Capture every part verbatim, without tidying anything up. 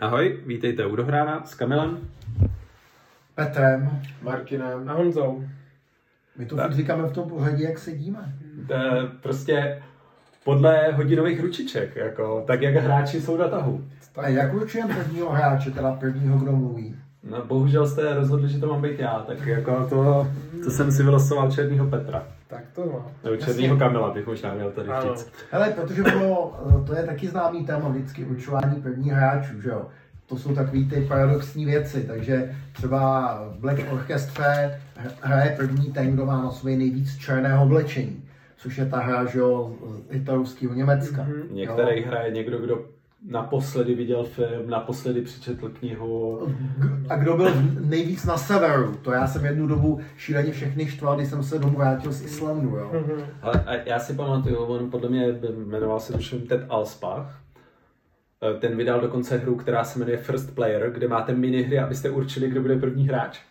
Ahoj, vítejte u Dohrána s Kamilem, Petrem, Martinem a Honzou. My to furt říkáme v tom pořadí, jak sedíme. To je prostě podle hodinových ručiček, jako, tak jak hráči jsou na tahu. A jak určujeme prvního hráče, teda prvního, kdo mluví? No, bohužel jste rozhodli, že to mám být já, tak jako to, to jsem si vylosoval Černýho Petra. Tak to má. Nebo Černýho Kamila bych možná měl tady říct. Hele, protože to, to je taky známý téma vždycky, určování prvních hráčů, že jo? To jsou takový ty paradoxní věci, takže třeba v Black Orchestra hraje první ten, kdo má na sobě nejvíc černého oblečení, což je ta hra, že jo, z italského Německa. Mm-hmm. Některý hraje někdo, kdo naposledy viděl film, naposledy přečetl knihu. A kdo byl nejvíc na severu, to já jsem jednu dobu šíleně všechny štval, když jsem se domů vrátil z Islandu, jo. Mm-hmm. Ale a já si pamatuju, on podle mě jmenoval se tuším Ted Alspach. Ten vydal dokonce hru, která se jmenuje First Player, kde máte minihry, abyste určili, kdo bude první hráč.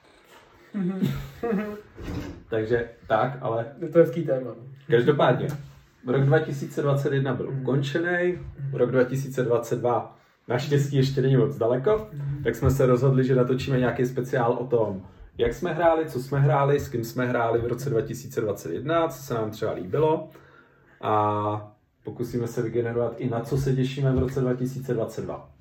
Takže tak, ale... Je to hezký téma. Každopádně, rok dva tisíce dvacet jedna byl ukončený, rok dva tisíce dvacet dva naštěstí ještě není moc daleko, tak jsme se rozhodli, že natočíme nějaký speciál o tom, jak jsme hráli, co jsme hráli, s kým jsme hráli v roce dva tisíce dvacet jedna, co se nám třeba líbilo a pokusíme se vygenerovat i na co se těšíme v roce dva tisíce dvacet dva.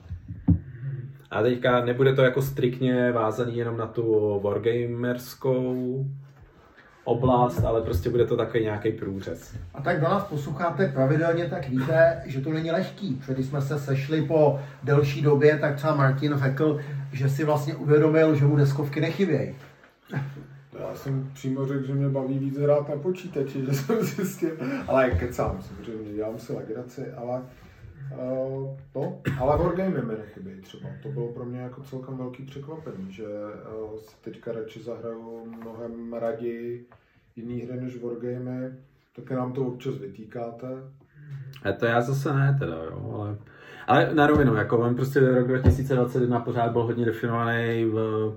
A teďka nebude to jako striktně vázaný jenom na tu wargamerskou oblast, ale prostě bude to takový nějaký průřez. A tak, kdo nás posloucháte pravidelně, tak víte, že to není lehký. Protože když jsme se sešli po delší době, tak třeba Martin řekl, že si vlastně uvědomil, že mu deskovky nechybějí. Já jsem přímo řekl, že mě baví víc hrát na počítači, že jsem zjistil, ale kecám, samozřejmě, dělám si legraci, ale uh, no, ale wargamey mi nechybí třeba. To bylo pro mě jako celkem velký překvapení, že uh, si teďka radši zahraju mnohem raději jiný hry než wargamey, taky nám to občas vytýkáte. A to já zase ne teda, jo, ale, ale na rovinu, jako on prostě rok dva tisíce dvacet jedna pořád byl hodně definovaný v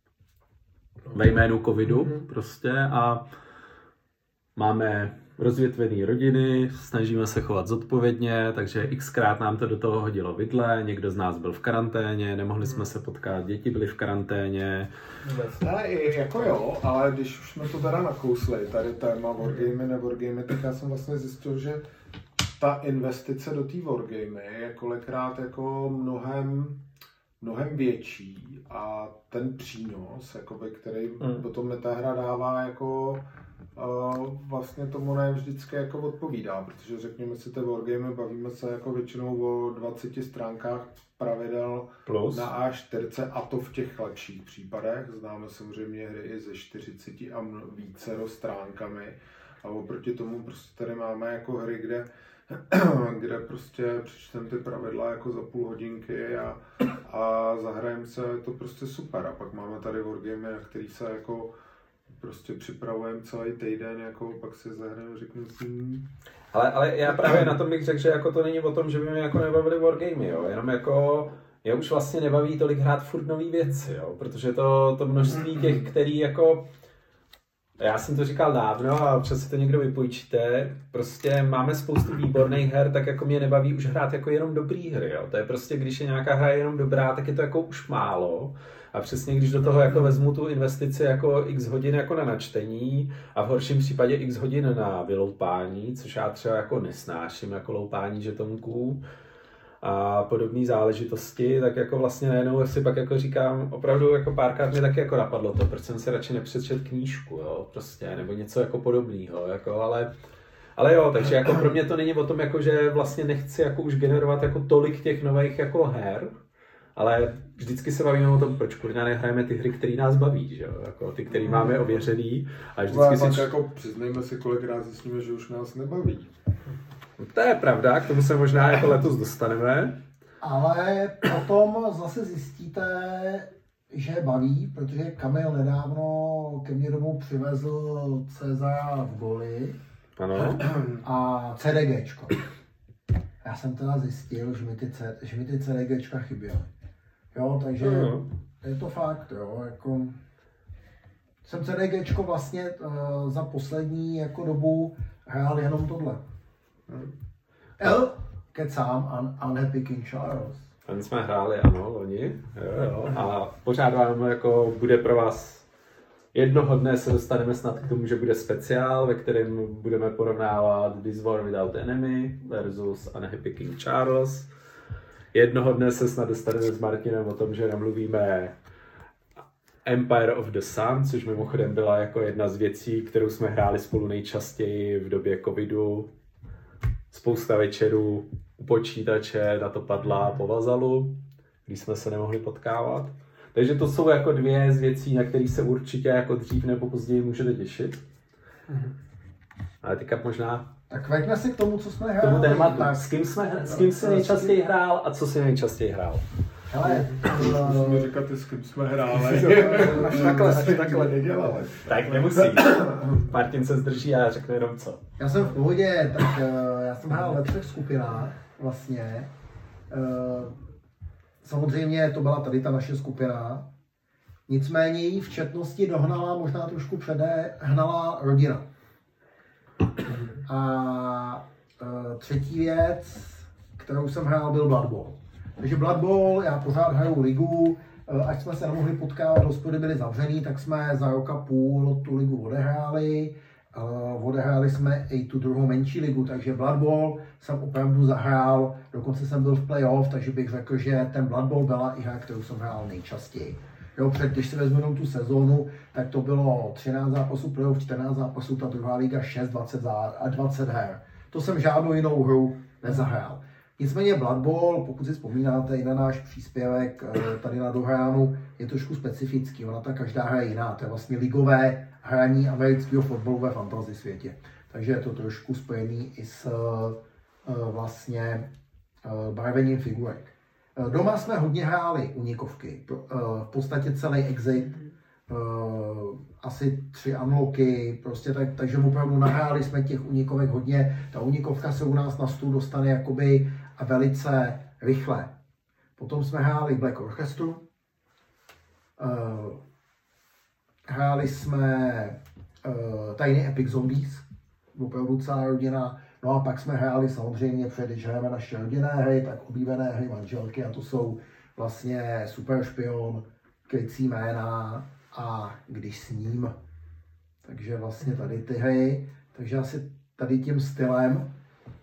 ve jménu covidu mm-hmm. prostě a máme rozvětvené rodiny, snažíme se chovat zodpovědně, takže xkrát nám to do toho hodilo vidle, někdo z nás byl v karanténě, nemohli jsme se potkat, děti byly v karanténě. Ale jako jo, ale když už jsme to teda nakousli, tady téma wargamey, ne wargamey, tak já jsem vlastně zjistil, že ta investice do té wargamey je kolikrát jako mnohem mnohem větší a ten přínos, jakoby, který mm. potom ta hra dává, jako, uh, vlastně tomu ne vždycky jako odpovídá, protože řekněme si ty wargamy, bavíme se jako většinou o dvaceti stránkách pravidel plus na A čtyři a to v těch lepších případech. Známe samozřejmě hry i ze čtyřiceti a vícero stránkami a oproti tomu prostě tady máme jako hry, kde kde prostě přečtem ty pravidla jako za půl hodinky a, a zahrajeme se, je to prostě super. A pak máme tady wargamy, na který se jako prostě připravujeme celý týden, jako pak si zahrajeme, řeknu si... Ale, ale já právě na tom bych řekl, že jako to není o tom, že by mě jako nebavili wargamy, jo, jenom jako já už vlastně nebaví tolik hrát furt nový věci, jo, protože to, to množství těch, který jako já jsem to říkal dávno a občas si to někdo vypůjčíte. Prostě máme spoustu výborných her, tak jako mě nebaví už hrát jako jenom dobrý hry. Jo. To je prostě, když je nějaká hra jenom dobrá, tak je to jako už málo. A přesně když do toho jako vezmu tu investici jako x hodin jako na načtení a v horším případě x hodin na vyloupání, což já třeba jako nesnáším jako loupání žetonků a podobné záležitosti, tak jako vlastně najednou si pak jako říkám, opravdu jako párkrát mě taky jako napadlo to, proč jsem si radši nepřečet knížku, jo, prostě, nebo něco jako podobného, jako, ale, ale jo, takže jako pro mě to není o tom, jako, že vlastně nechci jako už generovat jako tolik těch nových jako her, ale vždycky se bavíme o tom, proč kurňa nehrajeme ty hry, které nás baví, že jo, jako ty, které máme ověřený a vždycky si... si... jako přiznejme si, kolikrát zjistíme, že už nás nebaví. To je pravda, k tomu se možná jako letos dostaneme. Ale potom zase zjistíte, že baví, protože Kamil nedávno ke mně domů přivezl Cezara v goli ano. A CDGčko. Já jsem teda zjistil, že mi ty, C, že mi ty CDGčka chyběly. Jo, takže uh-huh. je to fakt, jo, jako... Jsem CDGčko vlastně uh, za poslední jako dobu hrál jenom tohle. Hmm. L, kecám, un, Unhappy King Charles. Ten jsme hráli, ano, loni. Jo, jo. A pořád vám jako bude pro vás jednoho dne se dostaneme snad k tomu, že bude speciál, ve kterém budeme porovnávat This War Without Enemy versus Unhappy King Charles. Jednoho dne se snad dostaneme s Martinem o tom, že namluvíme Empire of the Sun, což mimochodem byla jako jedna z věcí, kterou jsme hráli spolu nejčastěji v době covidu. Spousta večerů u počítače na to padla po vazalu, když jsme se nemohli potkávat. Takže to jsou jako dvě z věcí, na které se určitě jako dřív nebo později můžete těšit. Mm-hmm. Ale teďka možná... Tak vraťme se k tomu, co jsme hráli. K tomu tématu. S kým, jsme, s kým jsi nejčastěji hrál a co jsi nejčastěji hrál? Hele, musíme říkat, s kým jsme hráli. Až takhle, až takhle nedělali. Tak nemusí. Martin se zdrží a já řeknu jenom co. Já jsem v pohodě, tak uh, já jsem hrál ve třech skupinách vlastně. Uh, samozřejmě to byla tady ta naše skupina. Nicméně jí v četnosti dohnala, možná trošku přede, hnala rodina. A uh, třetí věc, kterou jsem hrál, byl Blood Bowl. Takže Blood Bowl, já pořád hraju ligu, až jsme se nemohli potkávat, hospody byly zavřený, tak jsme za rok a půl tu ligu odehráli. Odehráli jsme i tu druhou menší ligu, takže Blood Bowl jsem opravdu zahrál, dokonce jsem byl v playoff, takže bych řekl, že ten Blood Bowl byla i hra, kterou jsem hrál nejčastěji. Jo, před, když si vezmeme tu sezónu, tak to bylo třináct zápasů playoff, čtrnáct zápasů, ta druhá liga šest, dvacet a dvacet her. To jsem žádnou jinou hru nezahrál. Nicméně Blood Bowl, pokud si vzpomínáte i na náš příspěvek tady na Dohránu, je trošku specifický, ona ta každá hra je jiná, to je vlastně ligové hraní amerického fotbalu ve fantasy světě. Takže je to trošku spojený i s vlastně barvením figurek. Doma jsme hodně hráli unikovky, v podstatě celý exit, asi tři unlocky, prostě tak, takže opravdu nahráli jsme těch unikovek hodně. Ta unikovka se u nás na stůl dostane jakoby a velice rychle. Potom jsme hráli Black Orchestru, hráli jsme Tiny Epic Zombies, opravdu celá rodina. No a pak jsme hráli samozřejmě, protože když hrajeme naše rodinné hry, tak oblíbené hry manželky a to jsou vlastně Super špion, Krycí jména a Když s ním. Takže vlastně tady ty hry, takže asi tady tím stylem.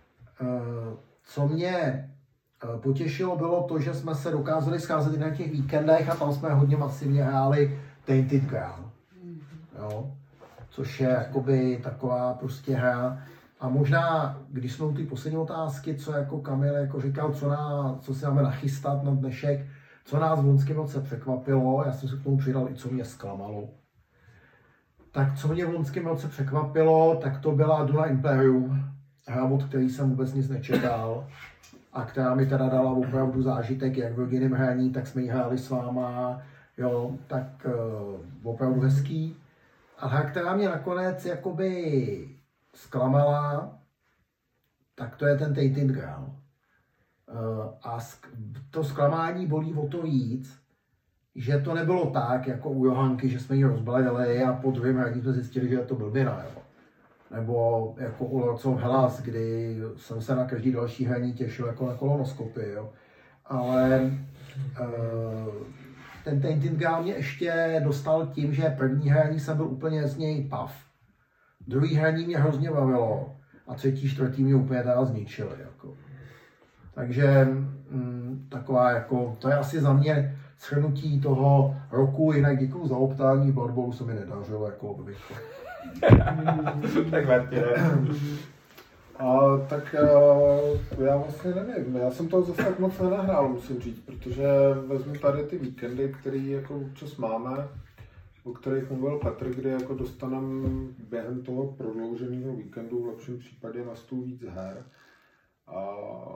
Co mě potěšilo, bylo to, že jsme se dokázali scházet i na těch víkendech a tam jsme hodně masivně hráli Tainted Grail. Jo? Což je jakoby taková prostě hra. A možná, když jsme u té poslední otázky, co jako Kamil jako říkal, co, na, co si máme nachystat na dnešek, co nás v loňském roce překvapilo, já jsem se k tomu přidal i co mě zklamalo. Tak co mě v loňském roce překvapilo, tak to byla Duna Imperium, hra, od který jsem vůbec nic nečekal a která mi teda dala opravdu zážitek, jak v rodinném hraní, tak jsme ji hráli s váma, jo, tak uh, opravdu hezký. A hra, která mě nakonec jakoby zklamala, tak to je ten Tainted Grail. A to zklamání bolí o to víc, že to nebylo tak, jako u Johanky, že jsme ji rozbalili a po druhém hraní jsme zjistili, že je to blbina. Jo. Nebo jako u Lords of Hellas, kdy jsem se na každý další hraní těšil jako na kolonoskopy. Jo. Ale uh, ten Tainted Grail mě ještě dostal tím, že první hraní jsem byl úplně z něj pav. Druhý hraní mě hrozně bavilo a třetí, čtvrtý mě úplně teda zničili. Jako. Takže mm, taková jako, to je asi za mě shrnutí toho roku, jinak děkuju za optání, Blood Bowlu se mi nedařilo jako obvykle. Tak Martine. A tak já vlastně nevím, já jsem toho zase tak moc nenahrál, musím říct, protože vezmu tady ty víkendy, které jako občas máme, o kterých mluvil Petr, kde jako dostaneme během toho prodlouženého víkendu v lepším případě na stůl víc her. A,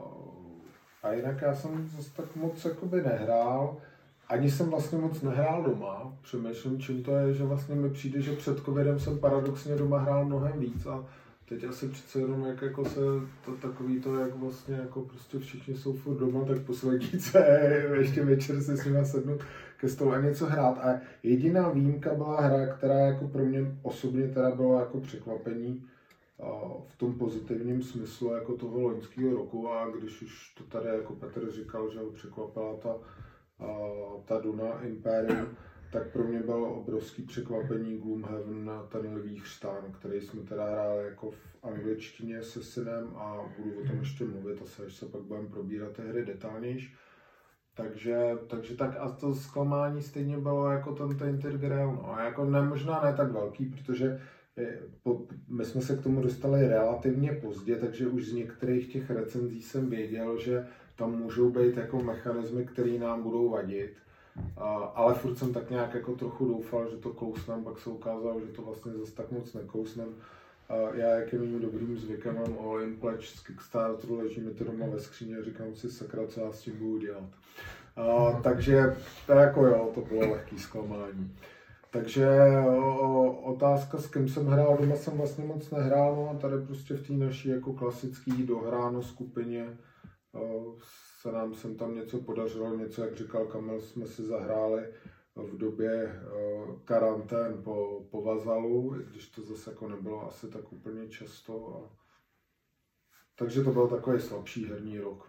a jinak já jsem zase tak moc jakoby nehrál, ani jsem vlastně moc nehrál doma. Přemýšlím, čím to je, že vlastně mi přijde, že před covidem jsem paradoxně doma hrál mnohem víc a teď asi přece jenom jak jako se to takový to, jak vlastně jako prostě všichni jsou furt doma, tak poslední se ještě večer si s nimi sednu ke stolu a něco hrát. A jediná výjimka byla hra, která jako pro mě osobně teda byla jako překvapení, v tom pozitivním smyslu jako toho loňského roku a když už to tady jako Petr říkal, že ho překvapila ta, ta Duna Imperium, tak pro mě bylo obrovský překvapení Gloomhaven, ten Lví chřtán, který jsme teda hráli jako v angličtině se synem a budu o tom ještě mluvit asi, až se pak budeme probírat ty hry detailnější. Takže, takže tak a to zklamání stejně bylo jako ten Tainted Grail, no a jako ne, možná ne tak velký, protože je, po, my jsme se k tomu dostali relativně pozdě, takže už z některých těch recenzí jsem věděl, že tam můžou být jako mechanismy, které nám budou vadit. A, ale furt jsem tak nějak jako trochu doufal, že to kousnem, pak se ukázalo, že to vlastně zase tak moc nekousnem. A já, jak je mým dobrým zvykem, mám all-in pledge z Kickstarteru, leží mi to doma ve skříně a říkám si, sakra, co já s tím budu dělat. A, takže to jako jo, to bylo lehký zklamání. Takže o, otázka, s kým jsem hrál, doma jsem vlastně moc nehrál, no a tady prostě v té naší jako klasický dohráno skupině o, se nám sem tam něco podařilo, něco, jak říkal Kamil, jsme si zahráli v době o, karantén po, po Vazalu, i když to zase jako nebylo asi tak úplně často. A... Takže to byl takový slabší herní rok.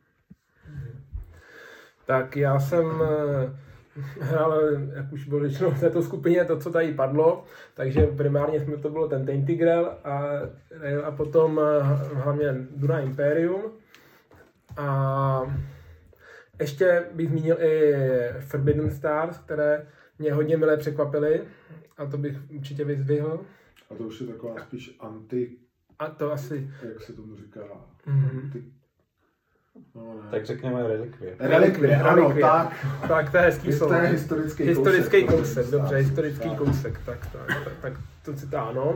Tak já jsem hrál, jak už bylo řečeno v této skupině, to, co tady padlo, takže primárně jsme to bylo ten Tainted Grail a, a potom hlavně Duna Imperium. A ještě bych zmínil i Forbidden Stars, které mě hodně milé překvapily a to bych určitě vyzdvihl. A to už je taková spíš anti... A to asi... Jak se tomu říká? Mm-hmm. Anti... No, ne. Tak řekněme relikvie. Relikvie, ano, tak. Tak to je hezký slovo. To je historický, historický kousek. kousek, dobře, historický tak. kousek, tak, tak, tak, tak to si to ano.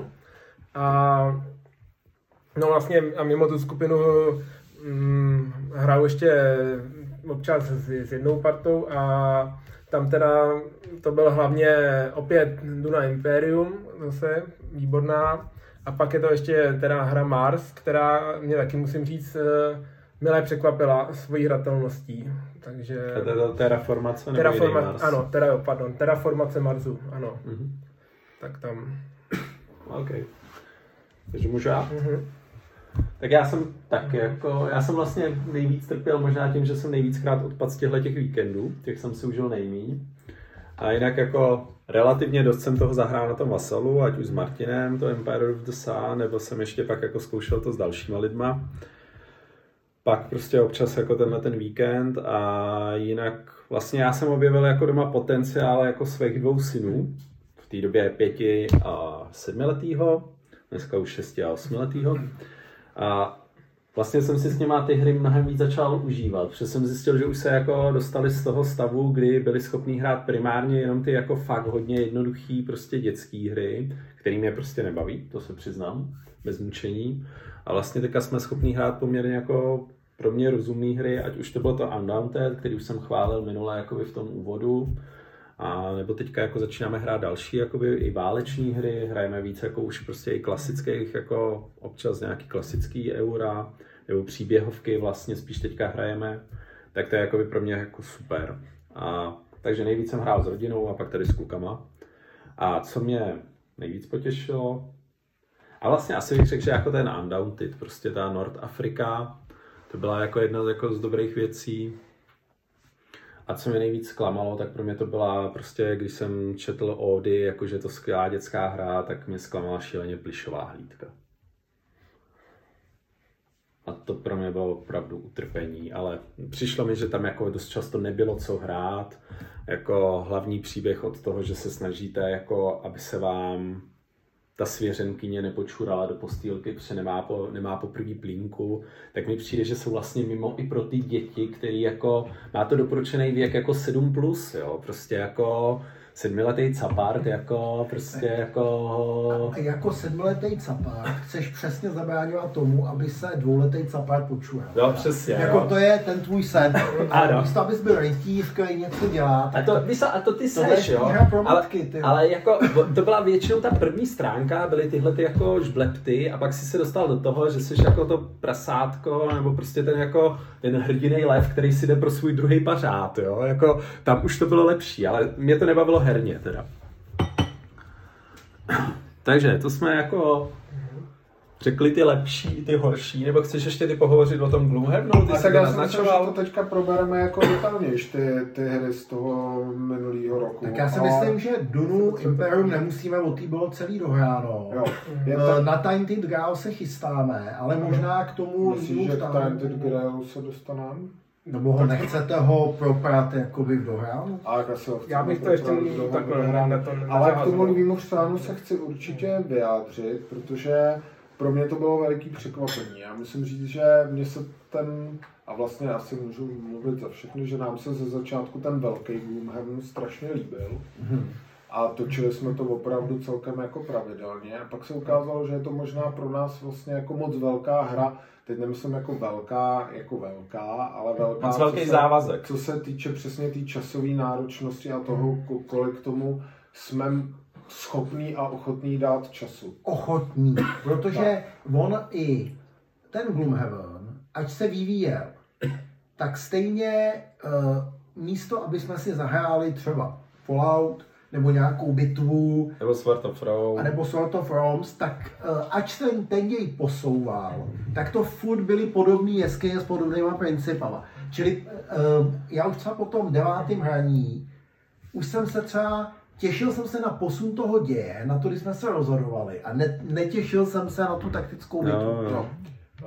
A no vlastně a mimo tu skupinu hm, hraju ještě občas s, s jednou partou a tam teda to byl hlavně opět Duna Imperium, zase výborná. A pak je to ještě teda hra Mars, která mě taky musím říct milé překvapila svojí hratelností, takže... A to je to terraformace nebo Terraforma... Mars? Ano, tera, pardon, terraformace Marsu, ano. Mm-hmm. Tak tam... OK. Takže můžu já? Mm-hmm. Tak já jsem tak jako, já jsem vlastně nejvíc trpěl možná tím, že jsem nejvíckrát odpadl z těchto těch víkendů, těch jsem si užil nejmíň. A jinak jako relativně dost jsem toho zahrál na tom Vasalu, ať už s Martinem, to Empire of the Sun, nebo jsem ještě pak jako zkoušel to s dalšíma lidma. Pak prostě občas jako tenhle ten víkend a jinak vlastně já jsem objevil jako doma potenciál jako svých dvou synů. V té době pěti a sedmiletýho, dneska už šesti a osmiletýho. A vlastně jsem si s něma ty hry mnohem víc začal užívat, protože jsem zjistil, že už se jako dostali z toho stavu, kdy byli schopní hrát primárně jenom ty jako fakt hodně jednoduchý prostě dětský hry, který mě prostě nebaví, to se přiznám, bez mučení. A vlastně teďka jsme schopní hrát poměrně jako pro mě rozumné hry, ať už to bylo to Undaunted, který už jsem chválil minule jakoby v tom úvodu, a nebo teďka jako začínáme hrát další jakoby i váleční hry, hrajeme víc jako už prostě i klasických, jako občas nějaký klasický eura, nebo příběhovky vlastně spíš teďka hrajeme, tak to je jakoby pro mě jako super. A, takže nejvíc jsem hrál s rodinou a pak tady s klukama. A co mě nejvíc potěšilo, a vlastně asi bych řekl, že jako ten Undaunted, prostě ta North Afrika, to byla jako jedna z, jako z dobrých věcí. A co mě nejvíc zklamalo, tak pro mě to byla prostě, když jsem četl Ody, jakože to skvělá dětská hra, tak mě zklamala šíleně plyšová hlídka. A to pro mě bylo opravdu utrpení, ale přišlo mi, že tam jako dost často nebylo co hrát. Jako hlavní příběh od toho, že se snažíte, jako aby se vám ta svěřenkyně nepočurala do postýlky, protože nemá, po, nemá poprvé plínku, tak mi přijde, že jsou vlastně mimo i pro ty děti, který jako, má to doporučený věk jako sedm plus, jo, prostě jako sedmiletý capart, jako prostě jako... A jako sedmiletý capart chceš přesně zabránovat tomu, aby se dvouletý capart počural. Jo, přesně, jako jo. To je ten tvůj sen. Ano. Místo, abys byl rejtíř, který něco dělá. A to, to, a to ty seš, jo. Ale, matky, ale jako, to byla většinou ta první stránka, byly tyhle ty jako žblepty a pak si se dostal do toho, že jsi jako to prasátko, nebo prostě ten jako ten hrdinej lev, který si jde pro svůj druhý pařád, jo. Jako, tam už to bylo lepší, ale mě to nebavilo herně teda. Takže to jsme jako řekli ty lepší, ty horší, nebo chceš ještě ty pohovořit o tom Gloomhavenu? Ty a jsi tak to já jsem myslel, že naznačoval. to teďka probereme jako detailnějš, ty, ty hry z toho minulého roku. Tak já si ale... myslím, že Dunu Imperium nemusíme, o té bylo celý dohráno. Jo, je Uh, tak... Na Tainted Grail se chystáme, ale možná k tomu... Myslíš, že k tam- Tainted Grail se dostaneme? Nebo ho nechcete ho proprat jakoby v dohránu? A jak asi ho Já bych to ještě takhle dohránu. to Ale k tomu Lvímu stránu se chci určitě vyjádřit, protože pro mě to bylo veliký překvapení. Já musím říct, že mě se ten, a vlastně asi můžu mluvit za všechny, že nám se ze začátku ten velký Gloomhaven strašně líbil. Mhm. A točili jsme to opravdu celkem jako pravidelně. A pak se ukázalo, že je to možná pro nás vlastně jako moc velká hra. Teď nemyslím jako velká, jako velká, ale velká, Moc velký co se, závazek. co se týče přesně té časové náročnosti a toho, kolik tomu jsme schopný a ochotný dát času. Ochotní, protože on i ten Gloomhaven, ať se vyvíjel, tak stejně uh, místo, aby jsme si zahráli třeba Fallout, nebo nějakou bitvu, Nebo Sword of Rome. anebo Sword of Realms, tak uh, ač ten, ten děj posouval, tak to furt byly podobné jeskyně s podobnýma principama. Čili uh, já už třeba po tom devátém hraní, už jsem se třeba, těšil jsem se na posun toho děje, na to, když jsme se rozhodovali, a ne, netěšil jsem se na tu taktickou bitvu. Jo, jo. No.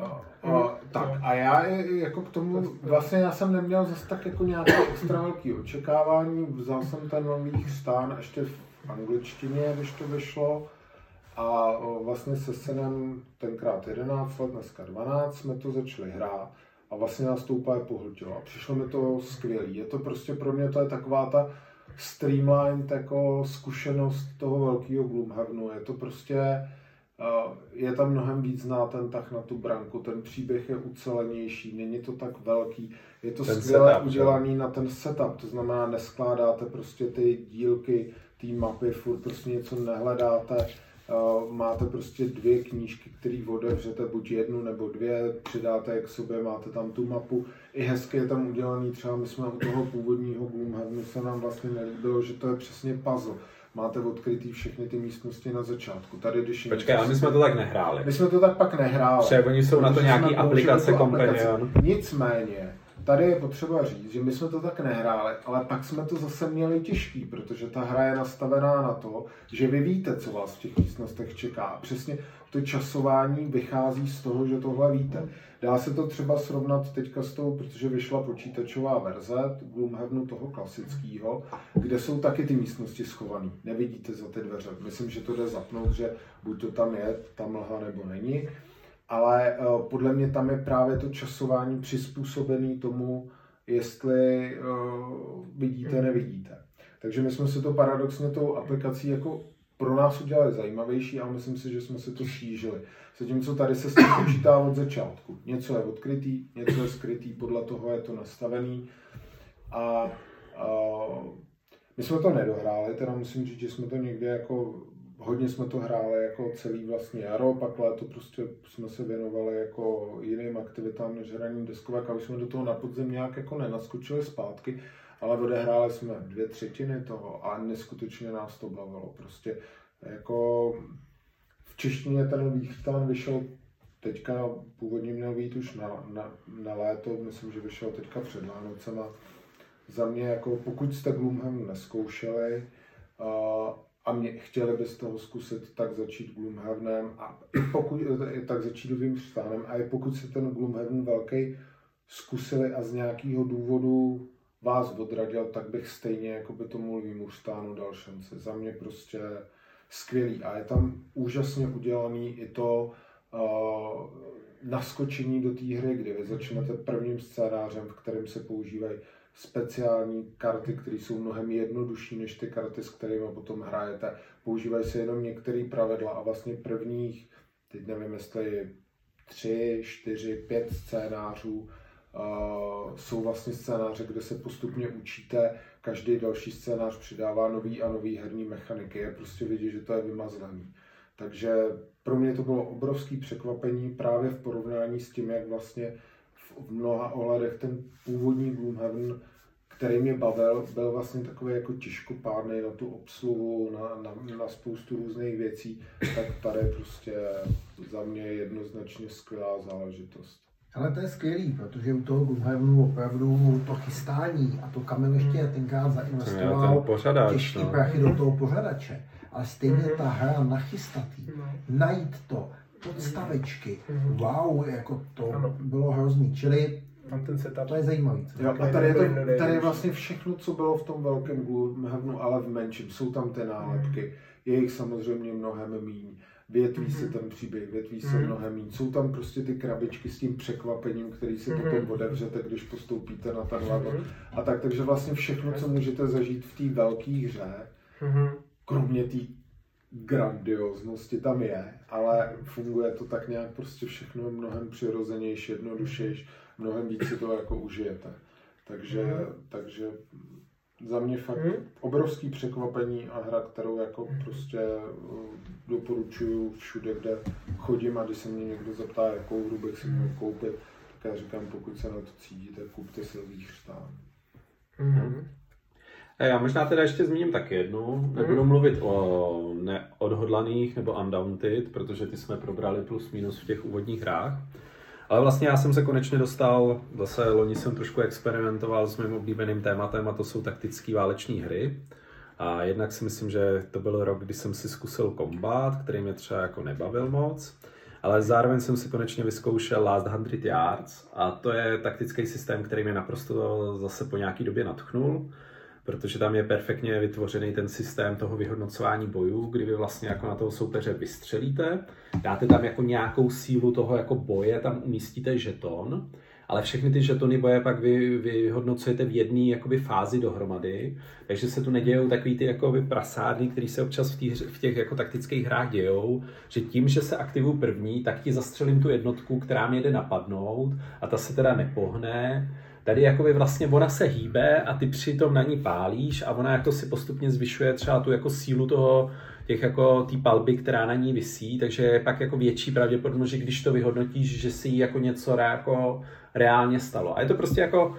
A, tak a já jako k tomu, vlastně já jsem neměl zase tak jako nějaké extra velké očekávání, vzal jsem ten nový chřtán ještě v angličtině, když to vyšlo, a o, vlastně se synem tenkrát jedenáct let, dneska dvanáct, jsme to začali hrát a vlastně nás to úplně pohltilo a přišlo mi to skvělý. Je to prostě pro mě, to je taková ta streamlined jako zkušenost toho velkého Gloomhavenu, je to prostě Uh, je tam mnohem víc znát ten tah na tu branku, ten příběh je ucelenější, není to tak velký, je to Ten skvěle setup, udělaný na ten setup, to znamená neskládáte prostě ty dílky, ty mapy, furt prostě něco nehledáte, uh, máte prostě dvě knížky, které otevřete, buď jednu nebo dvě, přidáte je k sobě, máte tam tu mapu, i hezky je tam udělaný, třeba my jsme u toho původního Gloomhavenu se nám vlastně nelíbilo, že to je přesně puzzle. Máte odkrytý všechny ty místnosti na začátku. Tady, když Počkej, ale my jsme to tak nehráli. My jsme to tak pak nehráli. Protože oni jsou na to Protože nějaký jsme aplikace použili tu aplikaci. Companion. Nicméně, tady je potřeba říct, že my jsme to tak nehráli, ale pak jsme to zase měli těžký, protože ta hra je nastavená na to, že vy víte, co vás v těch místnostech čeká. A přesně to časování vychází z toho, že tohle víte. Dá se to třeba srovnat teďka s tou, protože vyšla počítačová verze Gloomhavenu toho klasického, kde jsou taky ty místnosti schované. Nevidíte za ty dveře. Myslím, že to jde zapnout, že buď to tam je, ta mlha, nebo není. Ale uh, podle mě tam je právě to časování přizpůsobené tomu, jestli uh, vidíte, nevidíte. Takže my jsme si to paradoxně tou aplikací jako pro nás udělali zajímavější, ale myslím si, že jsme si to snížili. Zatímco tady se s tím počítá od začátku. Něco je odkrytý, něco je skrytý, podle toho je to nastavený. A, a my jsme to nedohráli, teda musím říct, že jsme to někde jako, hodně jsme to hráli jako celý vlastně jaro, pak léto prostě jsme se věnovali jako jiným aktivitám než hraní deskovek a už jsme do toho na podzim nějak jako nenaskočili zpátky. Ale odehráli jsme dvě třetiny toho a neskutečně nás to bavilo. Prostě jako v češtině ten nový chřtán vyšel teďka, původně měl být už na, na, na léto, myslím, že vyšel teďka před Vánocema. Za mě, jako pokud jste Gloomhaven neskoušeli uh, a mě, chtěli byste ho zkusit, tak začít Gloomhavenem a i pokud, tak začít novým chřtánem a i pokud se ten Gloomhaven velký zkusili a z nějakého důvodu vás odradil, tak bych stejně jako by tomu Lvímu chřtánu dal šanci. Za mě prostě skvělý a je tam úžasně udělaný i to uh, naskočení do té hry, kdy vy začnete prvním scénářem, v kterém se používají speciální karty, které jsou mnohem jednodušší než ty karty, s kterými potom hrajete. Používají se jenom některé pravidla a vlastně prvních, teď nevím, jestli tři, čtyři, pět scénářů Uh, jsou vlastně scénáře, kde se postupně učíte, každý další scénář přidává nový a nový herní mechaniky, je prostě vidět, že to je vymazlený. Takže pro mě to bylo obrovské překvapení právě v porovnání s tím, jak vlastně v mnoha ohledech ten původní Gloomhaven, který mě bavil, byl vlastně takový jako těžkopádný na tu obsluhu, na, na, na spoustu různých věcí, tak tady prostě za mě jednoznačně skvělá záležitost. Ale to je skvělý, protože u toho Gloomhavenu opravdu to chystání a to Kamil ještě tenkrát zainvestoval těžký no. prachy do toho pořadače. Ale stejně ta hra nachystatý, najít to, podstavečky, wow, jako to bylo hrozný. Čili to je zajímavý. Jo, a tady je, to, tady je vlastně všechno, co bylo v tom velkém Gloomhavenu, ale v menším. Jsou tam ty nálepky, je jich samozřejmě mnohem míň. Větví se ten příběh, větví se mnohem míň. Jsou tam prostě ty krabičky s tím překvapením, který si potom otevřete, když postoupíte na ten level. A tak, takže vlastně všechno, co můžete zažít v té velké hře, kromě té grandioznosti tam je, ale funguje to tak nějak prostě všechno mnohem přirozenější, jednodušejší, mnohem víc si to jako užijete. Takže, takže za mě fakt obrovský překvapení a hra, kterou jako prostě doporučuju všude, kde chodím a když se mě někdo zeptá, jakou hru bych si měl koupit, tak já říkám, pokud se na to cítíte, kupte Sylvie Chřtán. Mm-hmm. Já možná teda ještě zmíním taky jednu. Nebudu mluvit o neodhodlaných nebo Undaunted, protože ty jsme probrali plus minus v těch úvodních hrách. Ale vlastně já jsem se konečně dostal, zase loni jsem trošku experimentoval s mým oblíbeným tématem a to jsou taktické váleční hry. A jednak si myslím, že to byl rok, kdy jsem si zkusil Combat, který mě třeba jako nebavil moc. Ale zároveň jsem si konečně vyzkoušel Last Hundred Yards a to je taktický systém, který mě naprosto zase po nějaký době nadchnul. Protože tam je perfektně vytvořený ten systém toho vyhodnocování bojů, kdy vy vlastně jako na toho soupeře vystřelíte, dáte tam jako nějakou sílu toho jako boje, tam umístíte žeton, ale všechny ty žetony boje pak vy, vy vyhodnocujete v jedné jakoby fázi dohromady, takže se tu nedějou takový ty jakoby prasárny, které se občas v, tý, v těch jako taktických hrách dějou, že tím, že se aktivuju první, tak ti zastřelím tu jednotku, která mě jde napadnout a ta se teda nepohne. Tady jakoby vlastně ona se hýbe a ty přitom na ní pálíš a ona jako si postupně zvyšuje třeba tu jako sílu toho, těch jako té palby, která na ní visí, takže je pak jako větší pravděpodobnost, že když to vyhodnotíš, že si jí jako něco jako reálně stalo. A je to prostě jako,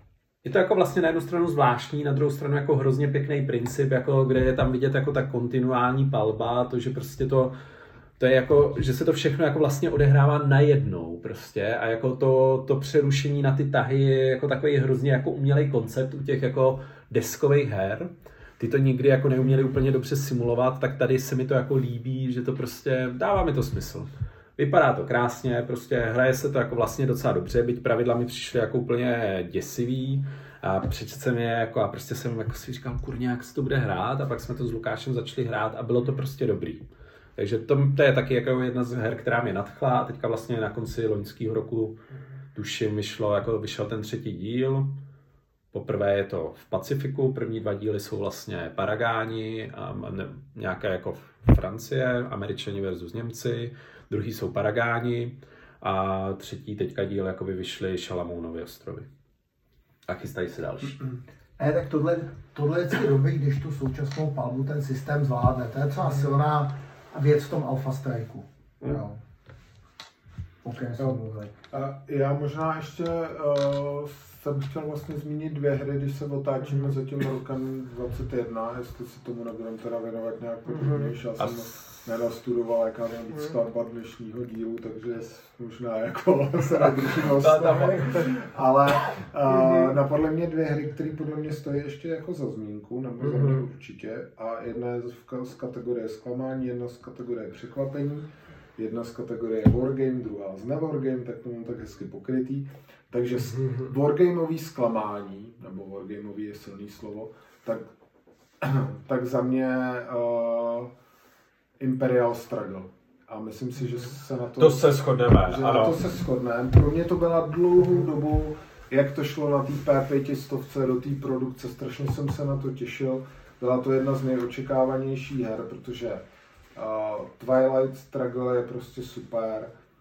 je to jako vlastně na jednu stranu zvláštní, na druhou stranu jako hrozně pěkný princip, jako kde je tam vidět jako ta kontinuální palba, to, že prostě to To je jako, že se to všechno jako vlastně odehrává najednou prostě a jako to, to přerušení na ty tahy je jako takový hrozně jako umělej koncept u těch jako deskových her. Ty to nikdy jako neuměli úplně dobře simulovat, tak tady se mi to jako líbí, že to prostě dává mi to smysl. Vypadá to krásně, prostě hraje se to jako vlastně docela dobře, byť pravidla mi přišly jako úplně děsivý a přečet jsem je jako a prostě jsem jako si říkal, kurně, jak se to bude hrát a pak jsme to s Lukášem začali hrát a bylo to prostě dobrý. Takže to, to je taky jako jedna z her, která mě nadchla a teďka vlastně na konci loňského roku tuším vyšlo, jako vyšel ten třetí díl. Poprvé je to v Pacifiku, první dva díly jsou vlastně Paragáni, a ne, nějaké jako Francie, Američani versus Němci, druhý jsou Paragáni a třetí teďka díl jako vyšly Šalamounovy ostrovy. A chystají se další. Ne, tak tohle, tohle je vždycky dobrý, když tu současnou palbu ten systém zvládne. To je třeba silná věc v tom Alpha Strikeu. Mm. Jo. Okay, a já možná ještě uh, jsem chtěl vlastně zmínit dvě hry, když se otáčíme za tím rokem dvacet jedna, jestli si tomu nebudeme teda věnovat nějak podrobnější. Já jsem nenastudoval, jaká je víc skladba dnešního dílu, takže možná jako se nedržím ostatně. Ale uh, napadly mě dvě hry, které podle mě stojí ještě jako za zmínku, nebo za mě určitě. A jedna je z kategorie zklamání, jedna z kategorie překvapení. Jedna z kategorie Wargame, druhá z newargame, tak to mám tak hezky pokrytý. Takže wargameový zklamání, nebo wargameový je silný slovo, tak, tak za mě uh, Imperial Struggle. A myslím si, že se na to... To se shodneme, že ano. Na to se shodneme. Pro mě to byla dlouhou dobu, jak to šlo na té P pět stovce do té produkce, strašně jsem se na to těšil. Byla to jedna z nejočekávanějších her, protože Uh, Twilight Struggle je prostě super,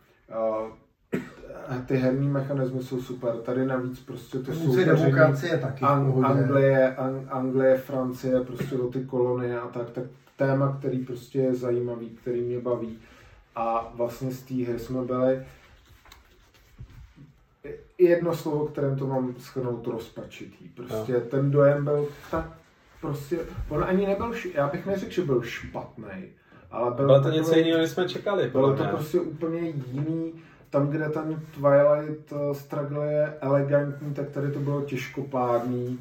uh, ty herní mechanismy jsou super, tady navíc prostě to jsou demokracie taky Ang- Anglie, Ang- Anglie, Francie, prostě do ty kolonie a tak, tak téma, který prostě je zajímavý, který mě baví a vlastně z té hry jsme byli jedno slovo, kterém to mám shrnout, rozpačitý. Prostě no. Ten dojem byl tak prostě, on ani nebyl, já bych neřekl, že byl špatný, ale byl bylo to něco jiného, než jsme čekali. Bylo to prostě úplně jiný. Tam, kde ten Twilight Struggle je elegantní, tak tady to bylo těžkopádný.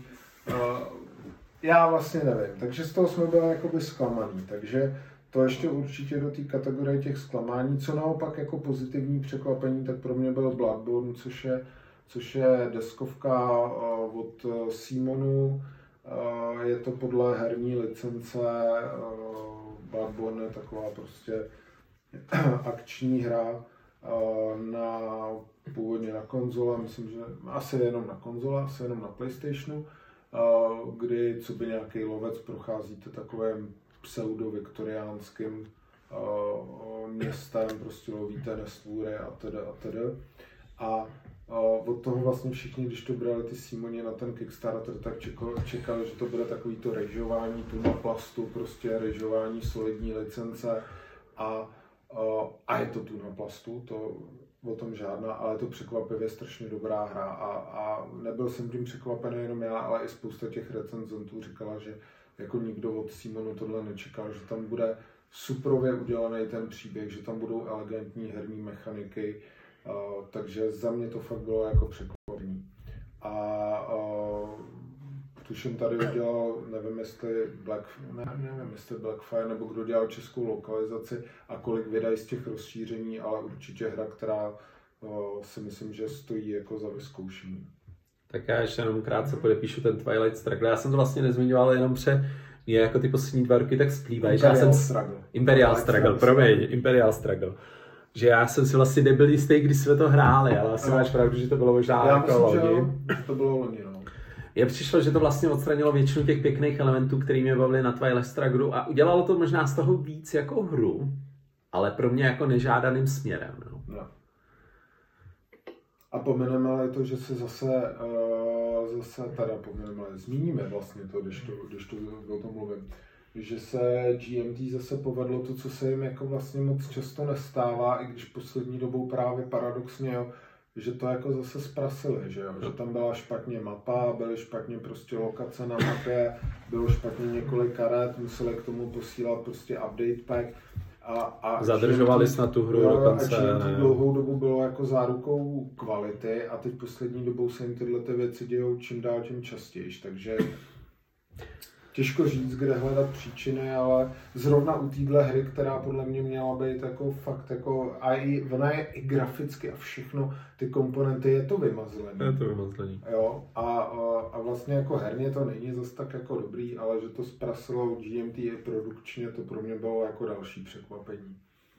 Já vlastně nevím, takže z toho jsme byli jakoby zklamaný, takže to ještě určitě do té kategorie těch zklamání. Co naopak jako pozitivní překvapení, tak pro mě byl Bloodborne, což je, což je deskovka od Simonu. Je to podle herní licence. Bloodborne je taková prostě akční hra na, původně na konzole, myslím, že asi jenom na konzole, asi jenom na PlayStationu, kdy co by nějaký lovec procházíte takovým pseudo-viktoriánským městem, prostě lovíte nestvůry a teda a teda. A od toho vlastně všichni, když to brali ty Simoni na ten Kickstarter, tak čekali, čekali, že to bude takový to režování tu na plastu, prostě režování solidní licence a, a je to tu na plastu, to o tom žádná, ale je to překvapivě strašně dobrá hra a, a nebyl jsem tím překvapený jenom já, ale i spousta těch recenzentů říkala, že jako nikdo od Simonu tohle nečekal, že tam bude suprově udělaný ten příběh, že tam budou elegantní herní mechaniky, uh, takže za mě to fakt bylo jako překvapení. A uh, tuším tady udělal, nevím jestli Black, ne, nevím jestli Blackfire nebo kdo dělal českou lokalizaci a kolik vydají z těch rozšíření, ale určitě hra, která uh, si myslím, že stojí jako za vyzkoušení. Tak já ještě jenom krátce podepíšu ten Twilight Struggle. Já jsem to vlastně nezmiňoval jenom pře mě jako ty poslední dva roky tak splývají. Imperial jsem... Struggle. Imperial Struggle, promiň, Imperial Struggle. Že já jsem si vlastně nebyl jistý, když jsme to hráli, ale asi no. máš pravdu, že to bylo možná já jako myslím, loni. Že to bylo loni, no. Je přišlo, že to vlastně odstranilo většinu těch pěkných elementů, který mě bavili na Twilight Struggle a udělalo to možná z toho víc jako hru, ale pro mě jako nežádaným směrem. No. No. A pomeneme to, že se zase, uh, zase teda pomeneme, zmíníme vlastně to, když to, když to o tom mluvím, že se G M T zase povedlo to, co se jim jako vlastně moc často nestává, i když poslední dobou právě paradoxně, jo, že to jako zase zprasili, že jo, že tam byla špatně mapa, byly špatně prostě lokace na mapě, bylo špatně několik karet, museli k tomu posílat prostě update pack. A, a zadržovali snad tu hru dokonce. A G M T dlouhou dobu bylo jako zárukou kvality a teď poslední dobou se jim tyhle ty věci dějou čím dál tím častěji, takže těžko říct, kde hledat příčiny, ale zrovna u téhle hry, která podle mě měla být jako fakt jako, a i, ona je i graficky a všechno, ty komponenty, je to vymazlený. Je to vymazlený. Jo, a, a, a vlastně jako herně to není zase tak jako dobrý, ale že to zprasilo G M T i produkčně, to pro mě bylo jako další překvapení.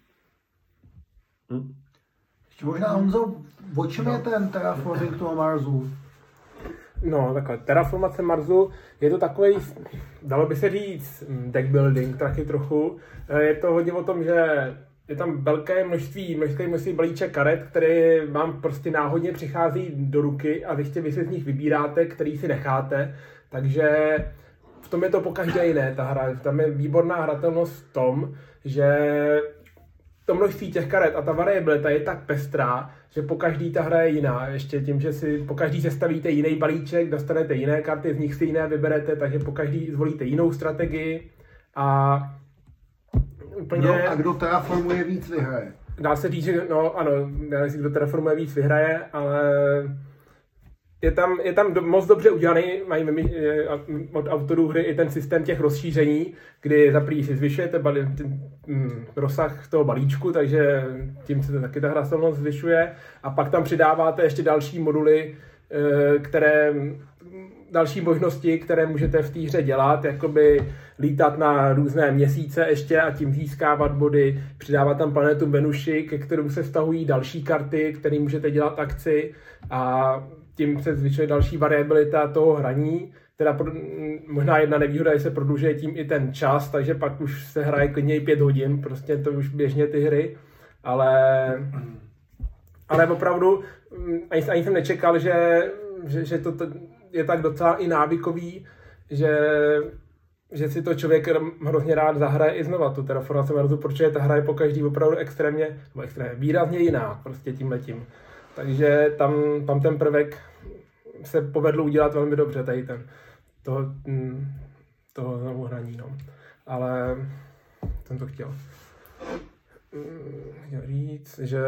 Hm. Ještě možná, Honzo, o čem no. je ten terraforming toho Marsu? No, takhle, terraformace Marsu je to takový, dalo by se říct, deck building taky trochu. Je to hodně o tom, že je tam velké množství, množství, množství balíček karet, které vám prostě náhodně přichází do ruky a ještě vy si z nich vybíráte, který si necháte. Takže v tom je to pokaždé jiné, ta hra. Tam je výborná hratelnost v tom, že to množství těch karet a ta variabilita je tak pestrá, že po každý ta hra je jiná. Ještě tím, že si po každý sestavíte jiný balíček, dostanete jiné karty, z nich si jiné vyberete, takže po každý zvolíte jinou strategii a úplně... No a kdo terraformuje víc vyhraje? Dá se říct, že no ano, nevím, kdo terraformuje víc vyhraje, ale je tam, je tam do, moc dobře udělaný, mají od autorů hry i ten systém těch rozšíření, kdy za první si zvyšujete bali, ten, mm, rozsah toho balíčku, takže tím se taky ta hratelnost zvyšuje a pak tam přidáváte ještě další moduly, které, další možnosti, které můžete v té hře dělat, jakoby lítat na různé měsíce ještě a tím získávat body, přidávat tam planetu Venuši, ke kterému se vztahují další karty, které můžete dělat akci a tím se zvyšuje další variabilita toho hraní. Teda pro, možná jedna nevýhoda je, že se prodlužuje tím i ten čas, takže pak už se hraje klidně i pět hodin, prostě to už běžně ty hry, ale, ale opravdu ani, ani jsem nečekal, že, že, že to je tak docela i návykový, že, že si to člověk hrozně rád zahraje i znova, tu terraformaci Marsu, protože ta hra je pokaždý opravdu extrémně, nebo extrémně výrazně jiná, prostě tímhletím. Takže tam, tam ten prvek se povedlo udělat velmi dobře, tady ten, toho, toho znovu hraní, no. Ale jsem to chtěl. Chtěl říct, že...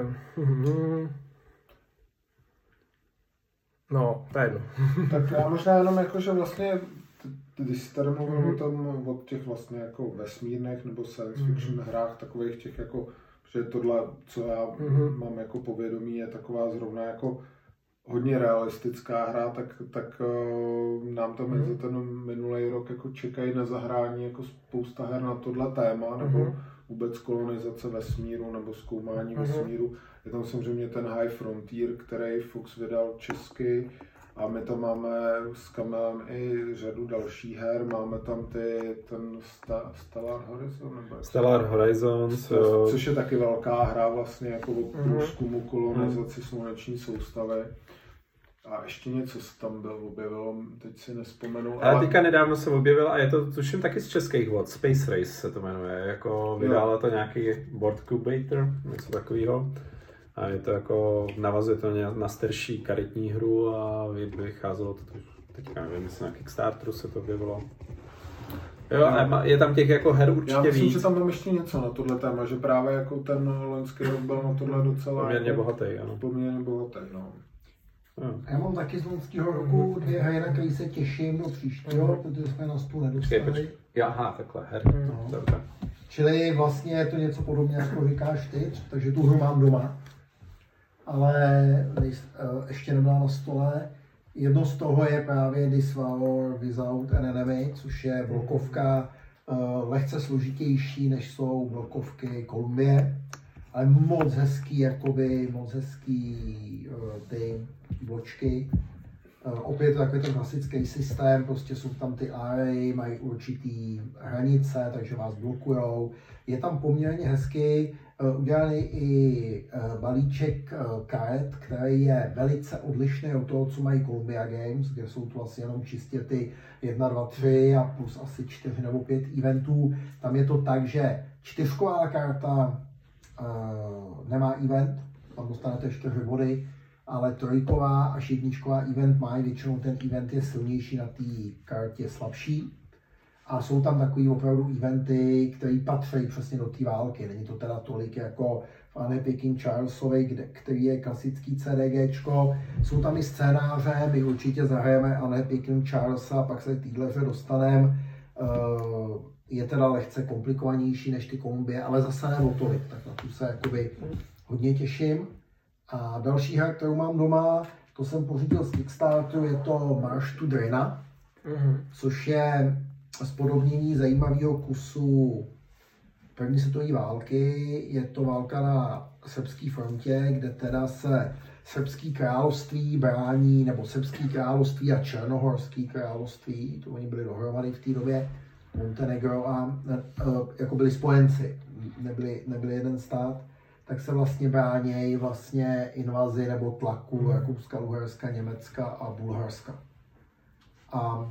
No, to je jedno. Tak já možná jenom jako, že vlastně, když jsi tady mluvil mm-hmm. o tom, o těch vlastně jako vesmírných nebo science fiction mm-hmm. hrách, takových těch jako, že tohle, co já mm-hmm. mám jako povědomí, je taková zrovna jako hodně realistická hra, tak, tak uh, nám tam mm-hmm. za ten minulý rok jako čekají na zahrání jako spousta her na tohle téma, nebo mm-hmm. vůbec kolonizace vesmíru nebo zkoumání mm-hmm. vesmíru. Je tam samozřejmě ten High Frontier, který Fox vydal česky, a my tam máme s Kamilem i řadu dalších her. Máme tam ty, ten Sta, Stellar Horizon, nebo Stellar Horizons, jo. Což je taky velká hra vlastně jako o průzkumu kolonizaci sluneční soustavy. A ještě něco se tam byl objevilo, teď si nespomenu. Ale, ale teďka nedávno se objevil a je to tuším taky z českých vod, Space Race se to jmenuje, jako vydala to nějaký board cubator, něco takového. A je to jako, navazuje to na starší karetní hru a vycházelo to teďka nevím, jestli na Kickstarteru se to objevilo. Jo, a je tam těch jako her určitě víc. Já myslím, víc. Že tam mám ještě něco na tohle téma, že právě jako ten loňský rok byl na tohle docela poměrně jako, bohatý, ano. Poměrně bohatý, no. A já mám taky z loňského roku dvě hry, na které se těším do příštího, protože jsme na stůl nedostali. Aha, takhle, her. No. Dobře. Čili vlastně je to něco podobně, jako říkáš ty, takže tu hru mám doma. Ale ještě nebyla na stole. Jedno z toho je právě This War Without an Enemy, což je blokovka lehce složitější, než jsou blokovky Kolumbie. Ale moc hezký, jakoby, moc hezký ty bločky. Opět to takový ten klasický systém, prostě jsou tam ty array, mají určitý hranice, takže vás blokujou. Je tam poměrně hezký udělaný i balíček karet, který je velice odlišný od toho, co mají Columbia Games, kde jsou to asi jenom čistě ty jedna, dva, tři a plus asi čtyři nebo pět eventů. Tam je to tak, že čtyřková karta uh, nemá event, tam dostanete čtyři body, ale trojková až jedničková event mají, většinou ten event je silnější, na té kartě slabší. A jsou tam takový opravdu eventy, které patří přesně do té války. Není to teda tolik jako v Unpicking Charlesovi, kde, který je klasický CDGčko. Jsou tam i scénáře, my určitě zahrajeme Unpicking Charlesa, pak se k téhle dostaneme. Uh, je teda lehce komplikovanější než ty Kolumbie, ale zase ne o tolik, tak na tu se jakoby hodně těším. A další hra, kterou mám doma, to jsem pořídil z Kickstarteru, je to March to Drina, mm-hmm. což je spodobnění zajímavého kusu první světové války. Je to válka na srbské frontě, kde teda se srbský království brání, nebo srbský království a černohorský království, to oni byli dohromady v té době, Montenegro, a jako byli spojenci, nebyli, nebyli jeden stát, tak se vlastně bránějí vlastně invazi nebo tlaku Rakouska, Uherska, Německa a Bulharska. A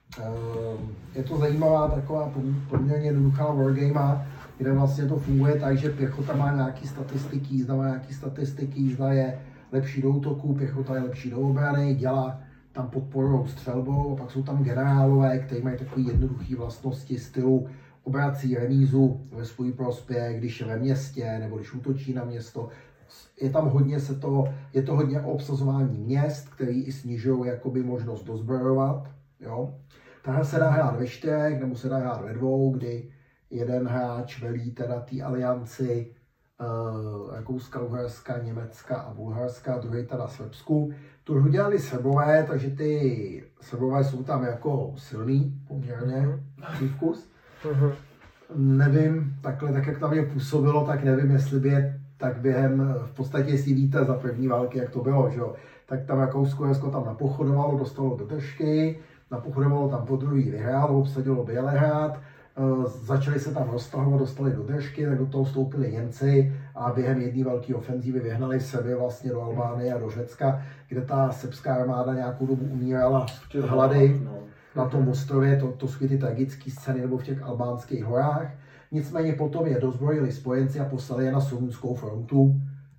je to zajímavá taková poměrně jednoduchá wargame, kde vlastně to funguje tak, že pěchota má nějaké statistiky, jízda má nějaké statistiky, jízda je lepší do útoku, pěchota je lepší do obrany, dělá tam podporou střelbou, a pak jsou tam generálové, kteří mají takové jednoduché vlastnosti stylu obrací remízu ve svůj prospěch, když je ve městě nebo když útočí na město. Je tam hodně se to, je to hodně o obsazování měst, který i snižují jakoby možnost dozbrojovat. Jo. Ta hra se dá hrát ve čtyřech, nebo se dá hrát ve dvou, kdy jeden hráč velí teda té alianci uh, Rakouska, Uherska, Německa a Bulharska, druhý teda Srbsku. Tu hru dělali Srbové, takže ty Srbové jsou tam jako silný poměrně, mm-hmm. vkus. Mm-hmm. Nevím, takhle, tak jak tam je působilo, tak nevím, jestli by je tak během, v podstatě jestli víte za první války, jak to bylo, že jo. Tak tam Rakousko tam napochodovalo, dostalo do držky, napochodovalo tam po druhý, vyhrálo, obsadilo Bělehrad, začali se tam roztahovat, dostali do držky, tak do toho vstoupili Němci a během jedné velké ofenzívy vyhnali Srby vlastně do Albánie a do Řecka, kde ta srbská armáda nějakou dobu umírala hlady na tom ostrově, to, to jsou ty tragické scény, nebo v těch albánských horách. Nicméně potom je dozbrojili spojenci a poslali je na Somunskou frontu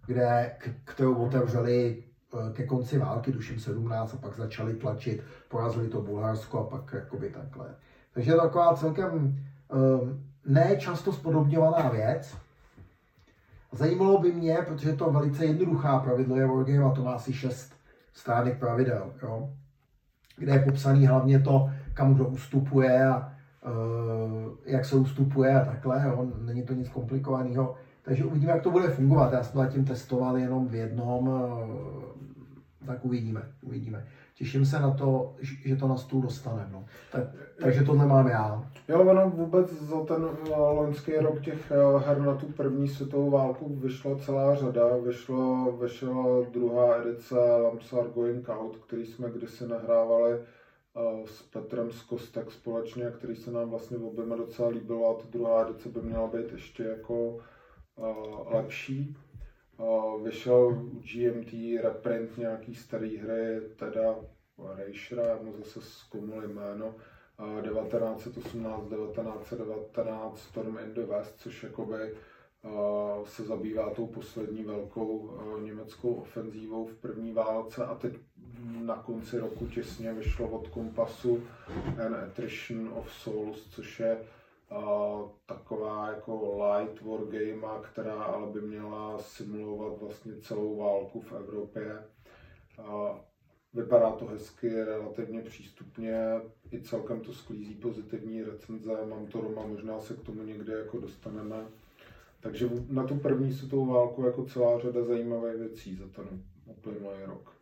kde, k, kterou otevřeli ke konci války, tuším sedmnáct, a pak začali tlačit, porazili to Bulharsko a pak jakoby takhle. Takže je to taková celkem um, ne často spodobňovaná věc. Zajímalo by mě, protože je to velice jednoduchá pravidlo, je Wargame a to má asi šest stránek pravidel, jo? Kde je popsaný hlavně to, kam kdo ustupuje a uh, jak se ustupuje a takhle, jo? Není to nic komplikovaného. Takže uvidíme, jak to bude fungovat. Já jsem zatím testoval jenom v jednom, uh, tak uvidíme, uvidíme. Těším se na to, že to na stůl dostaneme. No. Tak, takže tohle mám já. Jo, ono vůbec za ten loňský rok těch her na tu první světovou válku vyšla celá řada. Vyšlo, vyšla druhá edice Lamsar Going Out, který jsme kdysi nahrávali s Petrem z Kostek společně, který se nám vlastně oběma docela líbilo, a ta druhá edice by měla být ještě jako lepší. Vyšel G M T reprint nějaký starý hry, teda Reichera, já mu zase zkomul jméno, devatenáct set osmnáct devatenáct set devatenáct Storm in the West, což jakoby se zabývá tou poslední velkou německou ofenzívou v první válce, a teď na konci roku těsně vyšlo od Kompasu An Attrition of Souls, což je Uh, taková jako light wargame, která ale by měla simulovat vlastně celou válku v Evropě. Uh, vypadá to hezky, relativně přístupně, i celkem to sklízí pozitivní recenze, mám to doma, možná se k tomu někde jako dostaneme. Takže na tu první světovou válku jako celá řada zajímavých věcí za ten uplynulý rok.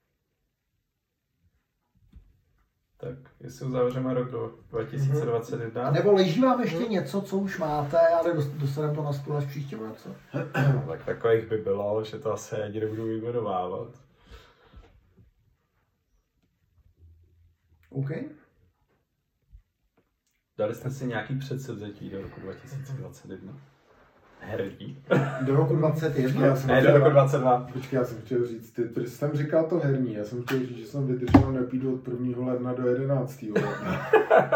Tak, jestli uzavřeme rok do dva tisíce dvacet jedna. Nebo leží vám ještě něco, co už máte, ale dostaneme to na stůl až příští roce. Tak takových by bylo, že to asi ani nebudu vyjmenovávat. OK. Dali jste si nějaký předsevzetí do roku dva tisíce dvacet jedna? Herní. Do roku dvacet jedna? Ne, do roku dvacet dva. Počkej, já jsem chtěl říct, ty, ty jsem říkal to herní, já jsem chtěl říct, že jsem vydržel nepídu od prvního ledna do jedenáctého ledna.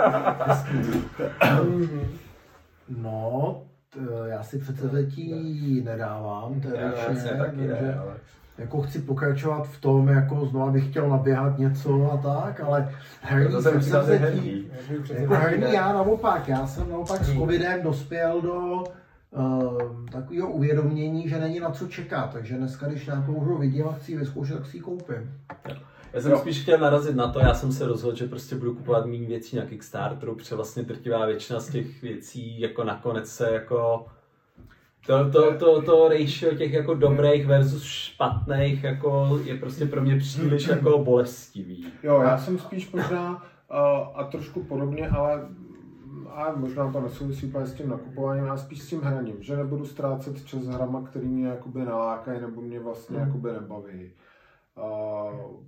No, t, já si předsevzetí nedávám, já taky ne, ale... Jako chci pokračovat v tom, jako znovu bych chtěl naběhat něco a tak, ale herní předsevzetí, jako herní já naopak, já jsem naopak s covidem dospěl do Uh, takového uvědomění, že není na co čekat, takže dneska, když nějakou hru vidím a chci ji vyzkoušet, tak si ji koupím. Já jsem jo. spíš chtěl narazit na to, já jsem se rozhodl, že prostě budu kupovat méně věcí na Kickstarteru, protože vlastně drtivá většina z těch věcí jako nakonec se jako to, to, to, to ratio těch jako dobrých versus špatných jako je prostě pro mě příliš jako bolestivý. Jo, já jsem spíš možná uh, a trošku podobně, ale a možná to nesouvisí úplně s tím nakupováním, ale spíš s tím hraním, že nebudu ztrácet čas s hrama, který mě jakoby nalákají nebo mě vlastně mm. jakoby nebaví. A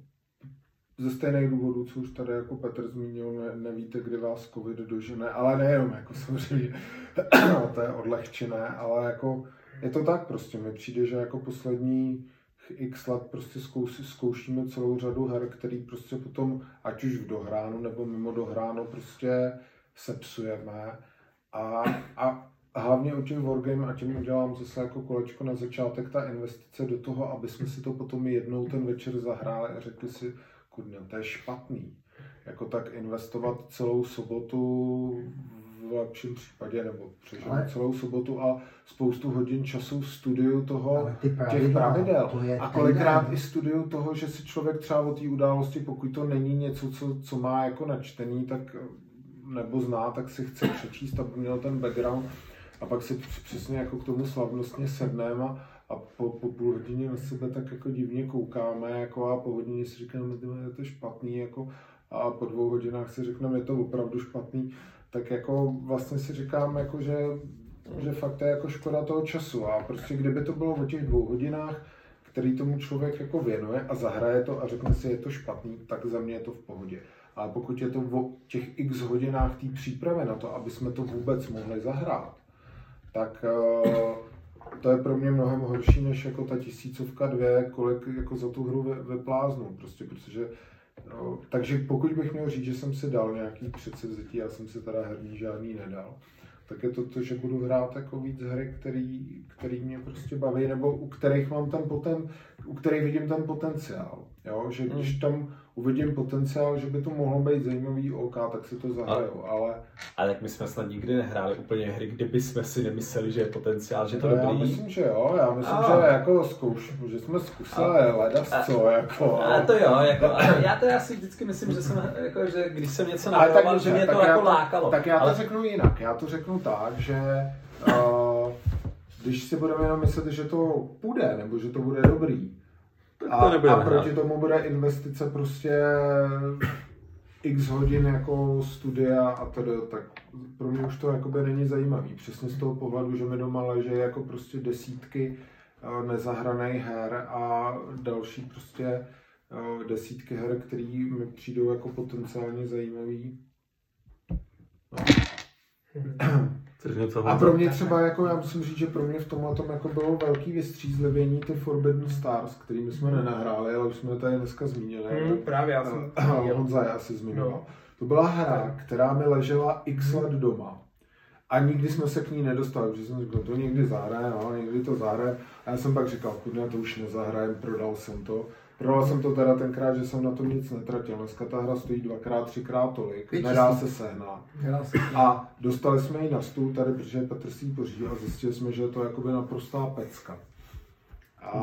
ze stejných důvodů, co už tady jako Petr zmínil, ne, nevíte, kdy vás covid dožene, ale nejenom, jako samozřejmě, to je odlehčené, ale jako je to tak prostě, mi přijde, že jako poslední x let prostě zkouši, zkoušíme celou řadu her, který prostě potom, ať už v dohránu nebo mimo dohránu, prostě sepsujeme a, a hlavně u těch wargame, a tím udělám zase jako kolečko na začátek, ta investice do toho, aby jsme si to potom jednou ten večer zahráli a řekli si, kurňa, to je špatný. Jako tak investovat celou sobotu v lepším případě, nebo přeženu ale... celou sobotu a spoustu hodin času v studiu toho, těch pravidel. A kolikrát i studiu toho, že si člověk třeba o té události, pokud to není něco, co, co má jako načtený, tak nebo zná, tak si chce přečíst, aby měl ten background, a pak si přesně jako k tomu slavnostně sedneme a, a po, po půl hodině na sebe tak jako divně koukáme jako a po hodině si říkáme, že je to špatný jako, a po dvou hodinách si řekneme, je to opravdu špatný, tak jako vlastně si říkáme, jako, že, že fakt je jako škoda toho času, a prostě kdyby to bylo o těch dvou hodinách, který tomu člověk jako věnuje a zahraje to a řekne si, je to špatný, tak za mě je to v pohodě. A pokud je to o těch x hodinách té přípravy na to, aby jsme to vůbec mohli zahrát, tak uh, to je pro mě mnohem horší, než jako ta tisícovka dvě, kolik jako za tu hru vypláznu. Prostě, protože, uh, takže pokud bych měl říct, že jsem si dal nějaký předsevzetí, já jsem si teda herní žádný nedal, tak je to to, že budu hrát jako víc hry, který, který mě prostě baví, nebo u kterých mám ten poten, u kterých vidím ten potenciál. Jo? Že když tam uvidím potenciál, že by to mohlo být zajímavý OK, tak si to zahraju, ale... Ale tak my jsme snad nikdy nehráli úplně hry, kde bychom si nemysleli, že je potenciál, že to no, dobrý. Já myslím, že jo, já myslím, a. že jako zkouš, že jsme zkusili ledas co, jako... A to jo, jako, já to já si vždycky myslím, že jsem, jako, že když jsem něco navrhoval, že mě to jako já, lákalo. Tak já to ale... řeknu jinak, já to řeknu tak, že uh, když si budeme jenom myslet, že to půjde, nebo že to bude dobrý, a, a proti tomu bude investice prostě x hodin jako studia a tedy, tak pro mě už to jakoby není zajímavý. Přesně z toho pohledu, že mi doma leží jako prostě desítky nezahraných her a další prostě desítky her, které mi přijdou jako potenciálně zajímavý. No. A pro mě třeba, jako já musím říct, že pro mě v tomhle tom jako bylo velký vystřízlivění ty Forbidden Stars, který my jsme nenahráli, ale už jsme tady dneska zmínili. Hmm, právě, já jsem Honza já si zmiňoval. No. To byla hra, která mi ležela x let doma. A nikdy jsme se k ní nedostali, protože jsem říkal, to někdy zahrajem, no, někdy to zahrajem. A já jsem pak říkal, kurňa, to už nezahrajem, prodal jsem to. Prodal jsem to teda tenkrát, že jsem na tom nic netratil. Dneska ta hra stojí dvakrát, třikrát tolik, nedá se sehnat. A dostali jsme ji na stůl tady, protože Petr si ji pořídil a zjistili jsme, že je to jakoby naprostá pecka. A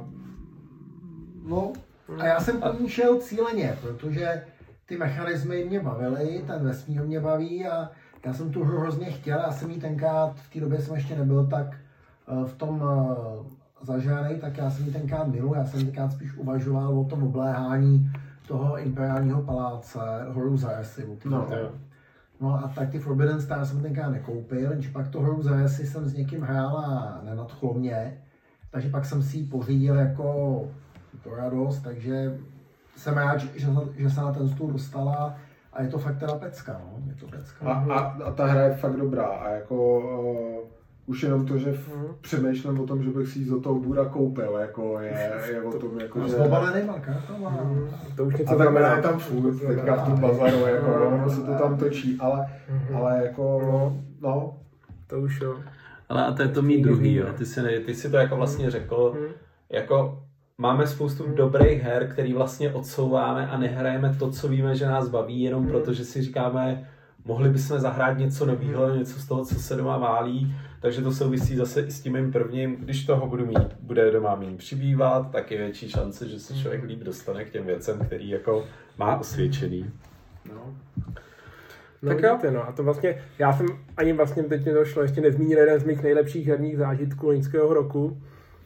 no, a já jsem po ní šel cíleně, protože ty mechanismy mě bavily, ten vesmír mě baví a já jsem tu hru hrozně chtěl, já jsem jí tenkrát, v té době jsem ještě nebyl tak v tom zažranej, tak já jsem ji tenkrát milu, já jsem tenkrát spíš uvažoval o tom obléhání toho imperiálního paláce Horus Heresy. No, no a tak ty Forbidden Stars jsem tenkrát nekoupil, jenže pak to Horus Heresy jsem s někým hrál a nenadchlo mě, takže pak jsem si ji pořídil jako to radost, takže jsem rád, že, že se na ten stůl dostala a je to fakt teda pecka, no, je to pecka. A, a, a ta hra je fakt dobrá a jako uh, už jenom to, že v, přemýšlím o tom, že bych si ji z toho Bůra koupil, jako je, je o tom, jako no, že... Zlobalenýma kartama. Mm, to už něco a tak znamená. je tam furt, teďka v tom bazaru, jako ono se to tam točí, ale, ale jako, no. To už jo. Ale a to je to mý druhý, jo, ty si, ty si to jako vlastně řekl, jako máme spoustu dobrých her, který vlastně odsouváme a nehrajeme to, co víme, že nás baví, jenom hmm. proto, že si říkáme, mohli bychom zahrát něco nového, něco z toho, co se doma válí, takže to souvisí zase i s tím mým prvním, když toho budu mít, bude doma mít přibývat, tak je větší šance, že se člověk líp dostane k těm věcem, který jako má osvědčený. No. No, tak vidíte, no. A to vlastně, já jsem ani vlastně teď mi došlo, ještě nezmínil jeden z mých nejlepších herních zážitků loňského roku.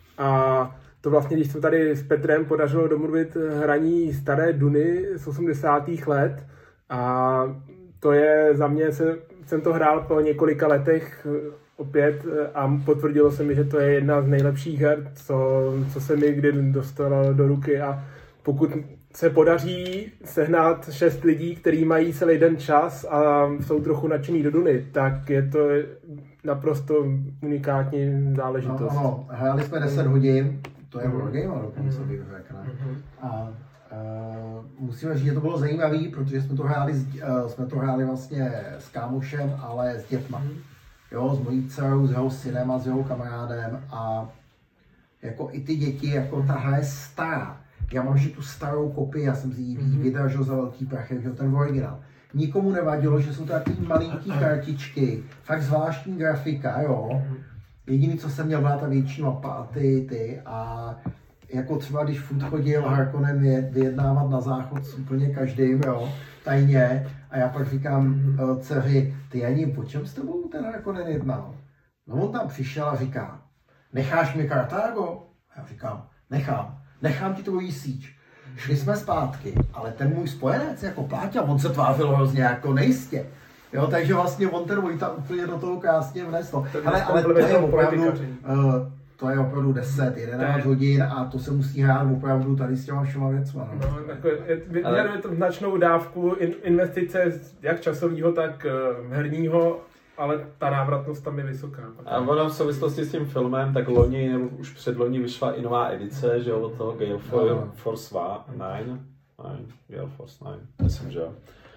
A to vlastně, když jsme tady s Petrem podařilo domluvit hraní staré Duny z osmdesátých let. A to je za mě, se, jsem to hrál po několika letech opět a potvrdilo se mi, že to je jedna z nejlepších her, co, co se mi kdy dostalo do ruky. A pokud se podaří sehnat šest lidí, kteří mají celý den čas a jsou trochu nadšený do Duny, tak je to naprosto unikátní záležitost. No, ano, hráli jsme deset hodin, to je wargame, dokonce bych řekl. A uh, musíme říct, že to bylo zajímavé, protože jsme to hráli, uh, jsme to hráli vlastně s kámošem, ale s dětma. Jo, s mojí dcerou, s jeho synem a s jeho kamarádem a jako i ty děti, jako ta hra je stará. Já mám tu starou kopii, já jsem si ji mm-hmm. vydražil za velký prachy, ten originál. Nikomu nevadilo, že jsou to takový malinký kartičky, fakt zvláštní grafika, jo. Jediný, co jsem měl, byla ta větší mapa a ty, ty a jako třeba, když furt chodil Harkonnen vyjednávat na záchod s úplně každým, jo, tajně, a já pak říkám uh, dceři, ty ani po čem s tebou ten Harkonnen jednal? No on tam přišel a říká, necháš mi Kartágo? A já říkám, nechám. Nechám ti tvojí síť. Šli jsme zpátky, ale ten můj spojenec jako Pláťa, on se tvářil hrozně jako nejistě. Jo, takže vlastně on ten Vojta úplně do toho krásně vnesl. Ale, ale to je opravdu, uh, to je opravdu deset jedenáct hodin a to se musí hrát opravdu tady s těma všema věcma. No, no jako vyžaduje to značnou dávku in, investice jak časového, tak uh, herního, ale ta návratnost tam je vysoká. A ono v souvislosti s tím filmem, tak loni nebo už předloni vyšla i nová edice, že jo, od toho Gale For, no. Force nine, nine, Gale Force nine, myslím, že jo.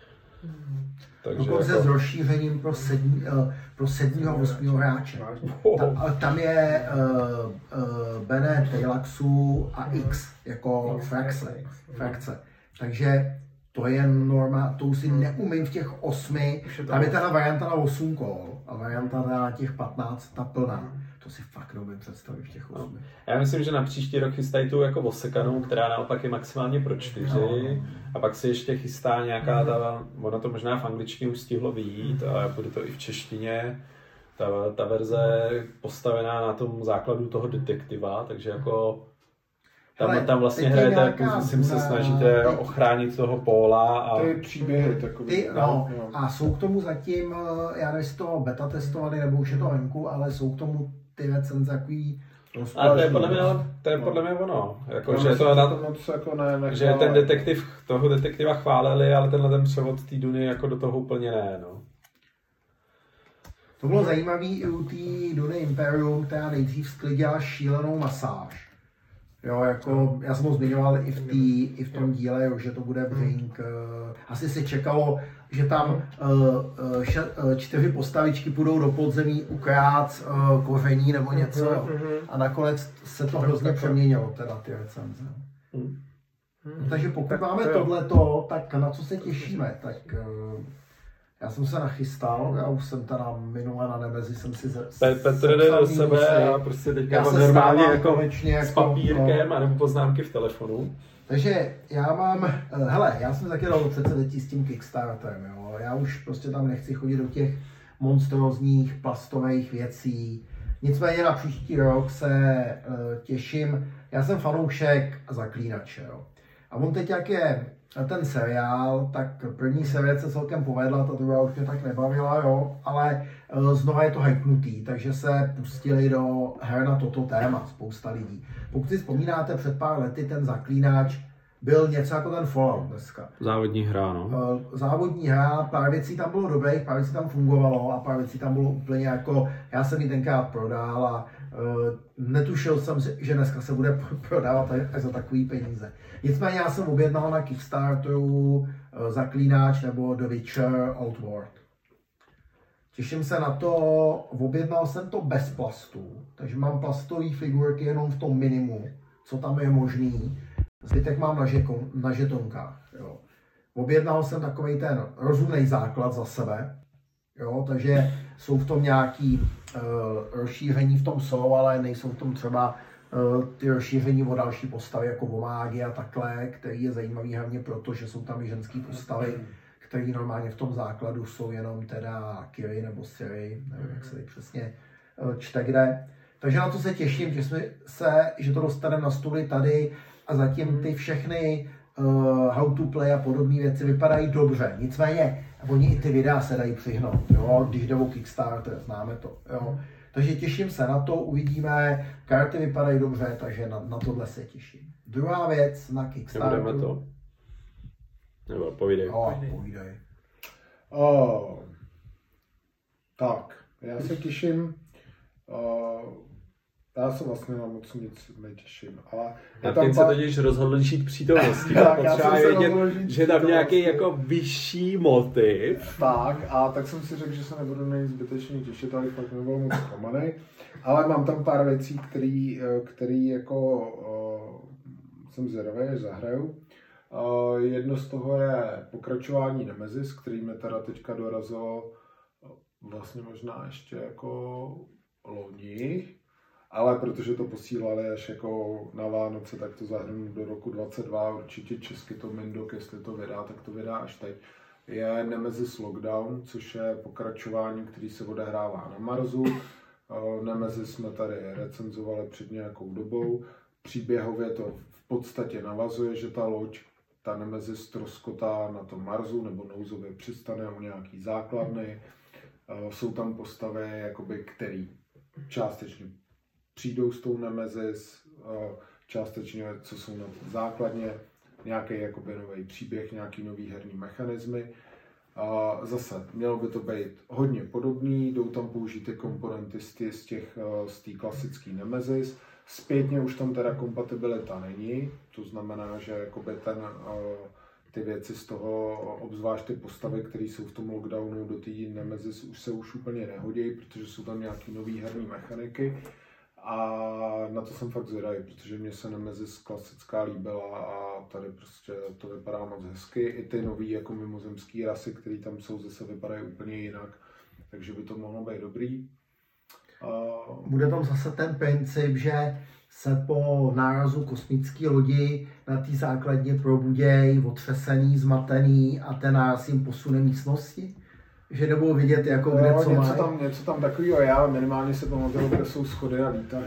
Takže dokonce jako... s rozšířením pro, sedmí, uh, pro sedmého a osmého hráče. Ta, tam je uh, uh, Bene Tailaxu a X jako frakce. frakce. Takže to je norma, to už si neumím v těch osmi, tam je teda varianta na osm kol a varianta na těch patnáct, ta plná. To si fakt neumím představit v těch osmi. Já myslím, že na příští rok chystají tu jako osekanou, která naopak je maximálně pro čtyři no. A pak se ještě chystá nějaká ta, ono to možná v angličtině už stihlo vyjít a bude to i v češtině. Ta, ta verze postavená na tom základu toho detektiva, takže jako tam, ale tam vlastně hrajete, musím se snažíte teď... ochránit toho Póla a... Ty příběhy takový. Ty, no, no. A jsou k tomu zatím, já nevím, jestli to beta testovali, nebo už je to venku, ale jsou k tomu ty recenze takový... A to je podle mě, to je podle mě ono. Jako, no, že to, na to, moc jako ne, že ten detektiv, toho detektiva chválili, ale tenhle ten převod té Duny jako do toho úplně ne, no. To bylo zajímavé i u té Duny Imperium, která nejdřív sklidila šílenou masáž. Jo, jako, já jsem ho zmiňoval i v, tý, i v tom díle, jo, že to bude Brink. Asi se čekalo, že tam uh, še, uh, čtyři postavičky půjdou do podzemí ukrát uh, koření nebo něco. Jo. A nakonec se to hrozně přeměnilo, teda ty recenze. No, takže pokud máme tohleto, tak na co se těšíme? Tak uh, já jsem se nachystal, já už jsem teda minule na Nemezi, jsem si ze, Petr jde do sebe a prostě teďka normálně jako s papírkem no. Anebo poznámky v telefonu. Takže já mám, hele, já jsem taky dal předsedetí s tím Kickstarterem, jo. Já už prostě tam nechci chodit do těch monstrózních plastových věcí. Nicméně na příští rok se uh, těším, já jsem fanoušek Zaklínače, jo. A on teď jak je ten seriál, tak první série se celkem povedla, ta druhá už mě tak nebavila, jo, ale znova je to hypnutý, takže se pustili do her na toto téma spousta lidí. Pokud si vzpomínáte, před pár lety ten Zaklínač byl něco jako ten Fallout dneska. Závodní hra, no. Závodní hra, pár věcí tam bylo dobrých, pár věcí tam fungovalo a pár věcí tam bylo úplně jako, já jsem ji tenkrát prodal a uh, netušil jsem, že dneska se bude prodávat až za takový peníze. Nicméně já jsem objednal na Kickstarteru uh, Zaklínač nebo The Witcher Old World. Těším se na to, objednal jsem to bez plastů, takže mám plastové figurky jenom v tom minimu, co tam je možný. Zbytek mám na, žekon, na žetonkách. Jo. Objednal jsem takový ten rozumný základ za sebe, jo, takže jsou v tom nějaký uh, rozšíření, v tom jsou, ale nejsou v tom třeba uh, ty rozšíření o další postavy, jako o mágy a takhle, který je zajímavý hlavně proto, že jsou tam i ženský postavy, které normálně v tom základu jsou jenom teda Kiri nebo Siri, nevím, jak se přesně uh, čte kde. Takže na to se těším, že, jsme se, že to dostaneme na stůli tady a zatím ty všechny uh, how to play a podobné věci vypadají dobře. Nicméně, oni i ty videa se dají přihnout, jo, když jde o Kickstarter, známe to, jo. Takže těším se na to, uvidíme, karty vypadají dobře, takže na, na tohle se těším. Druhá věc na Kickstarter. Nebudeme to? Nebo povídej. Jo, povídej. Oh, tak, já se těším. Uh, Já se vlastně na moc nic netěším, ale... Já tím pa... se totiž rozhodl žít přítomností. Tak, potřeba vědět, že tam nějaký jako vyšší motiv. Tak, a tak jsem si řekl, že se nebudu na nic zbytečně těšit, ale fakt nebyl moc zklamaný. Ale mám tam pár věcí, který, který jako uh, jsem zvědavý, že zahraju. Uh, jedno z toho je pokračování Nemesis, který mi teda teďka dorazilo vlastně možná ještě jako loni. Ale protože to posílali až jako na Vánoce, tak to zahrnu do roku dvacet dva, určitě česky to Mindok, jestli to vydá, tak to vydá až teď. Je Nemesis Lockdown, což je pokračování, který se odehrává na Marsu. Nemesis jsme tady recenzovali před nějakou dobou. Příběhově to v podstatě navazuje, že ta loď, ta Nemesis troskotá na tom Marsu nebo nouzově přistane u nějaký základny. Jsou tam postavy, jakoby, který částečně přijdou s tou Nemesis, částečně, co jsou na základně, nějaký jakoby nový příběh, nějaký nový herní mechanismy. Zase, mělo by to být hodně podobný, jdou tam použít ty komponenty z těch, z té klasické Nemesis. Zpětně už tam teda kompatibilita není, to znamená, že jakoby ten, ty věci z toho, obzvlášť ty postavy, které jsou v tom lockdownu do té Nemesis, už se už úplně nehodí, protože jsou tam nějaké nové herní mechaniky. A na to jsem fakt zvědavý, protože mě se Nemesis klasická líbila a tady prostě to vypadá moc hezky. I ty nový jako mimozemský rasy, které tam jsou, zase vypadají úplně jinak, takže by to mohlo být dobrý. Uh... Bude tam zase ten princip, že se po nárazu kosmické lodi na té základně probuděj, otřesený, zmatený a ten náraz jim posune místnosti? Že nebudou vidět, jako kde no, co něco mají? tam, něco tam takového, já minimálně se pamatuju, kde jsou schody a výtahy.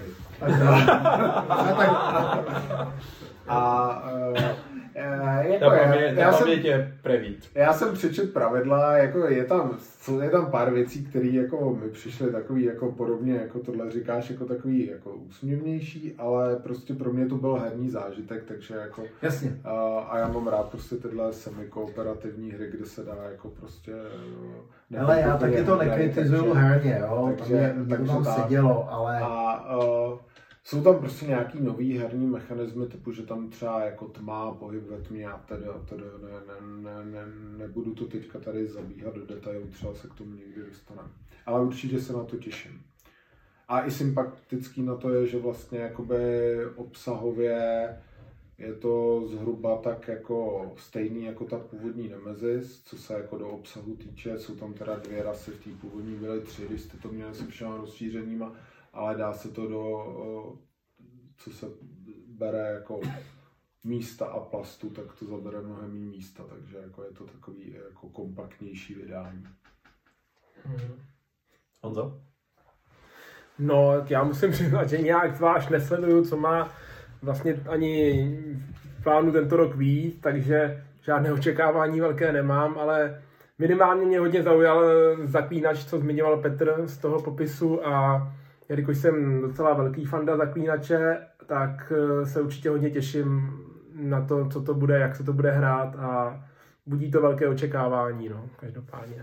a uh, jako ta já, paměť, já, ta jsem, je prevít. já jsem přečet pravidla, jako je tam, je tam pár věcí, které jako mi přišly takový jako podobně, jako tohle říkáš, jako takový jako úsměvnější, ale prostě pro mě to byl herní zážitek, takže jako Jasně. A, a já mám rád prostě tyhle semi-kooperativní hry, kde se dá jako prostě... Ale já taky to nekritizuju herně, jo, takže, tam, takže tam tak. sedělo, ale... A uh, jsou tam prostě nějaký nový herní mechanismy, typu, že tam třeba jako tma, pohyb ve tmě a teda, teda ne, ne, ne, ne, nebudu to teďka tady zabíhat do detailů, třeba se k tomu někdy dostaneme. Ale určitě se na to těším. A i sympatický na to je, že vlastně jakoby obsahově je to zhruba tak jako stejný jako ta původní Nemesis, co se jako do obsahu týče. Jsou tam teda dvě rasy, v té původní byly tři, když jste to měli se všema rozšířeníma, ale dá se to do, co se bere jako místa a plastu, tak to zabere mnohem méně místa, takže jako je to takový jako kompaktnější vydání. Hmm. Honzo? No, já musím přiznat, že nějak zvlášť nesleduju, co má vlastně ani v plánu tento rok víc, takže žádné očekávání velké nemám, ale minimálně mě hodně zaujal Zaklínač, co zmiňoval Petr z toho popisu, a jelikož jsem docela velký fanda Zaklínače, tak se určitě hodně těším na to, co to bude, jak se to bude hrát, a budí to velké očekávání, no, každopádně.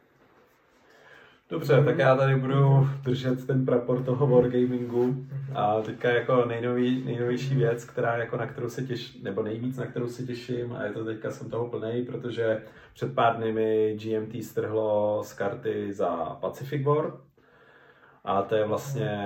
Dobře, tak já tady budu držet ten prapor toho wargamingu a teďka jako nejnový, nejnovější věc, která jako na kterou se těším, nebo nejvíc na kterou se těším, a je to teďka jsem toho plnej, protože před pár dny mi G M T strhlo z karty za Pacific War a to je vlastně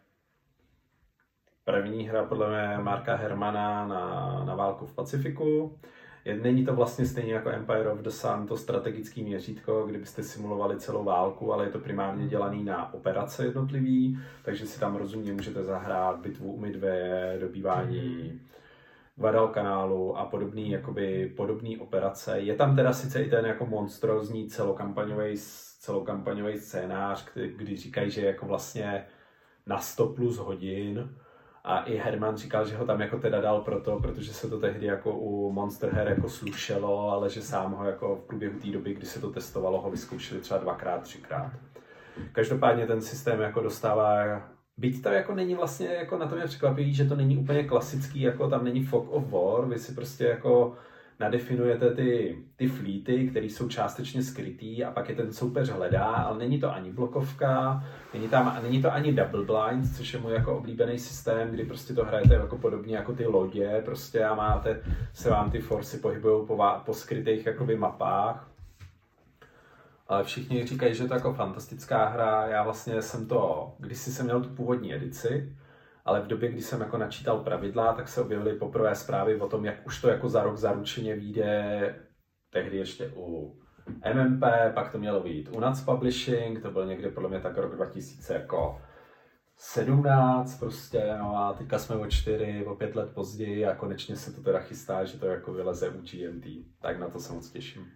první hra podle mě Marka Hermana na, na válku v Pacifiku. Není to vlastně stejně jako Empire of the Sun, to strategické měřítko, kdybyste simulovali celou válku, ale je to primárně dělaný na operace jednotlivý, takže si tam rozumně můžete zahrát bitvu u Midwaye, dobývání Guadalcanálu a podobný, jakoby, podobný operace. Je tam teda sice i ten jako monstrózní celokampaňový, celokampaňový scénář, kdy, kdy říkají, že je jako vlastně na sto plus hodin. A i Herman říkal, že ho tam jako teda dal proto, protože se to tehdy jako u Monster Her jako slušelo, ale že sám ho jako v průběhu té doby, kdy se to testovalo, ho vyzkoušeli třeba dvakrát, třikrát. Každopádně ten systém jako dostává, byť to jako není vlastně, jako na tom je překvapivý, že to není úplně klasický, jako tam není fog of war, vy si prostě jako nadefinujete ty, ty flíty, které jsou částečně skrytý, a pak je ten soupeř hledá, ale není to ani blokovka, není, tam, není to ani double blinds, což je můj jako oblíbený systém, kdy prostě to hrajete jako podobně jako ty lodě prostě a máte, se vám ty forsy pohybujou po, po skrytých jakoby mapách. Ale všichni říkají, že je to jako fantastická hra. Já vlastně jsem to, když jsem měl tu původní edici, ale v době, kdy jsem jako načítal pravidla, tak se objevily poprvé zprávy o tom, jak už to jako za rok zaručeně vyjde tehdy ještě u M M P, pak to mělo vyjít u N A C Publishing, to byl někde podle mě tak rok dva tisíce sedmnáct prostě, no a teďka jsme o čtyři, o pět let později a konečně se to teda chystá, že to jako vyleze u G M T, tak na to se moc těším.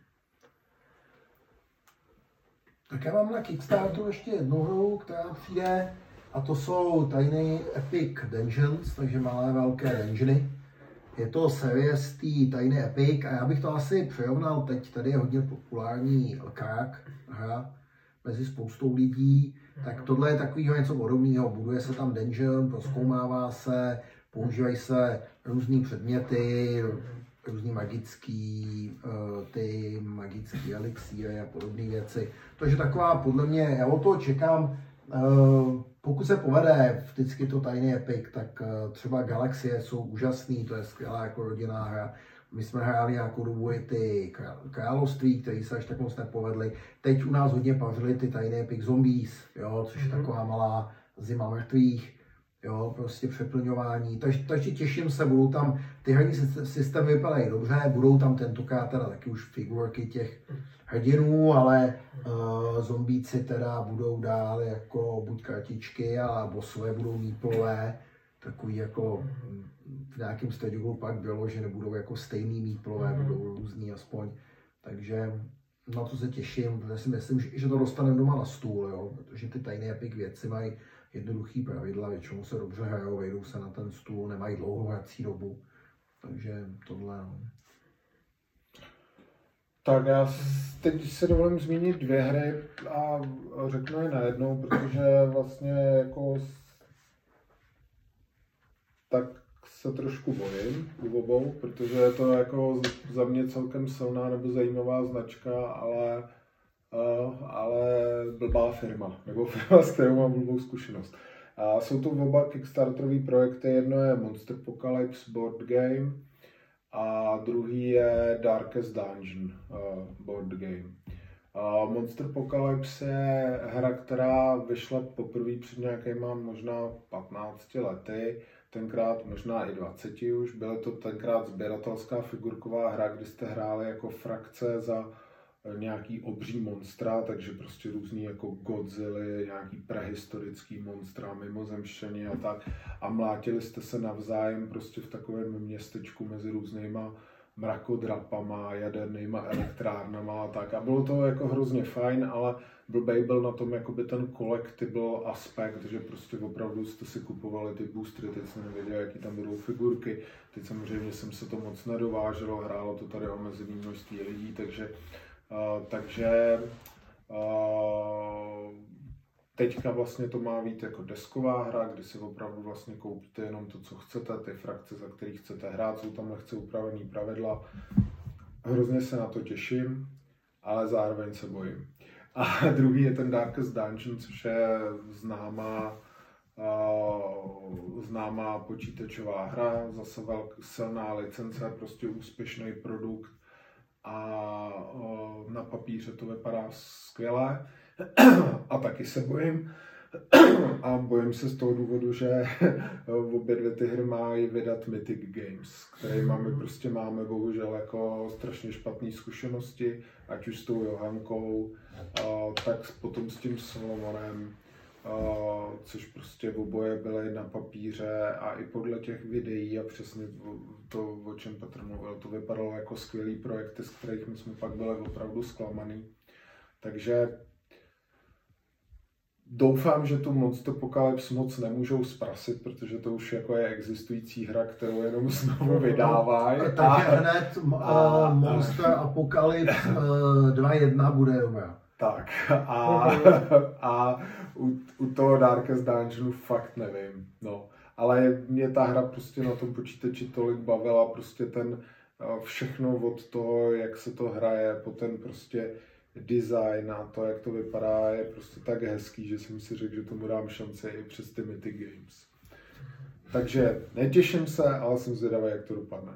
Tak já mám na Kickstarteru ještě jednu hru, která přijde, a to jsou Tiny Epic Dungeons, takže malé velké dungeony. Je to série z té Tiny Epic a já bych to asi přirovnal, teď tady je hodně populární Lkák hra mezi spoustou lidí, tak tohle je takového něco podobného, buduje se tam dungeon, prozkoumává se, používají se různý předměty, různý magický, ty magický elixíry a podobné věci. Takže taková podle mě, já od toho čekám, pokud se povede vždycky to Tiny Epic, tak třeba Galaxie jsou úžasný, to je skvělá jako rodinná hra. My jsme hráli nějakou dobu i ty království, které se až tak moc nepovedly. Teď u nás hodně pařili ty Tiny Epic Zombies, jo, což je taková malá zima mrtvých. Jo, prostě přeplňování, takže, takže těším se, budou tam, ty herní systémy vypadají dobře, budou tam tentokrát teda taky už figurky těch hrdinů, ale uh, zombíci teda budou dál jako buď kartičky, a bossové budou meeplové, takový jako v nějakém stadiu pak bylo, že nebudou jako stejný meeplové, budou různý aspoň, takže na to se těším, protože si myslím, že, že to dostaneme doma na stůl, jo, protože ty Tiny Epic věci mají jednoduchý pravidla, většinou se dobře hrajou, vejdou se na ten stůl, nemají dlouhou hrací dobu, takže tohle. No. Tak já teď se dovolím zmínit dvě hry a řeknu je najednou, protože vlastně jako tak se trošku bojím u obou, protože je to jako za mě celkem silná nebo zajímavá značka, ale Uh, ale blbá firma, nebo firma, s kterou mám blbou zkušenost. Uh, jsou to oba Kickstarterové projekty, jedno je Monster Apocalypse board game a druhý je Darkest Dungeon uh, board game. Uh, Monster Apocalypse je hra, která vyšla poprvé před nějakýma možná patnácti lety, tenkrát možná i dvaceti už. Byla to tenkrát sběratelská figurková hra, kdy jste hráli jako frakce za nějaký obří monstra, takže prostě různý jako Godzilly, nějaký prehistorický monstra, mimozemšťani a tak. A mlátili jste se navzájem prostě v takovém městečku mezi různýma mrakodrapama, jadernýma elektrárnama a tak. A bylo to jako hrozně fajn, ale blbej byl na tom jakoby ten collectible aspekt, že prostě opravdu jste si kupovali ty boostry, teď jsem nevěděl, jaký tam budou figurky. Teď samozřejmě jsem se to moc nedováželo, hrálo to tady omezené množství lidí, takže Uh, takže uh, teďka vlastně to má být jako desková hra, kdy si opravdu vlastně koupíte jenom to, co chcete, ty frakce, za který chcete hrát, jsou tam lehce upravený pravidla. Hrozně se na to těším, ale zároveň se bojím. A druhý je ten Darkest Dungeon, což je známá, uh, známá počítačová hra, zase velk, silná licence, prostě úspěšný produkt. A o, na papíře to vypadá skvěle a taky se bojím a bojím se z toho důvodu, že obě dvě ty hry mají vydat Mythic Games, které máme, prostě máme bohužel jako strašně špatné zkušenosti, ať už s tou Johankou, a, tak potom s tím Solomonem, Uh, což prostě oboje byly na papíře a i podle těch videí a přesně to, o čem Petr mluvil, to vypadalo jako skvělý projekty, z kterých my jsme pak byli opravdu zklamaný. Takže doufám, že tu Monster Apocalypse moc nemůžou zprasit, protože to už jako je existující hra, kterou jenom znovu vydávají. Takže hned uh, Monster Apocalypse uh, dva jedna bude dobrá. Tak a, a u, u toho Darkest Dungeonu fakt nevím, no. Ale mě ta hra prostě na tom počítači tolik bavila, prostě ten všechno od toho, jak se to hraje, po ten prostě design a to, jak to vypadá, je prostě tak hezký, že jsem si řekl, že tomu dám šanci i přes ty Mythic Games. Takže netěším se, ale jsem zvědavý, jak to dopadne.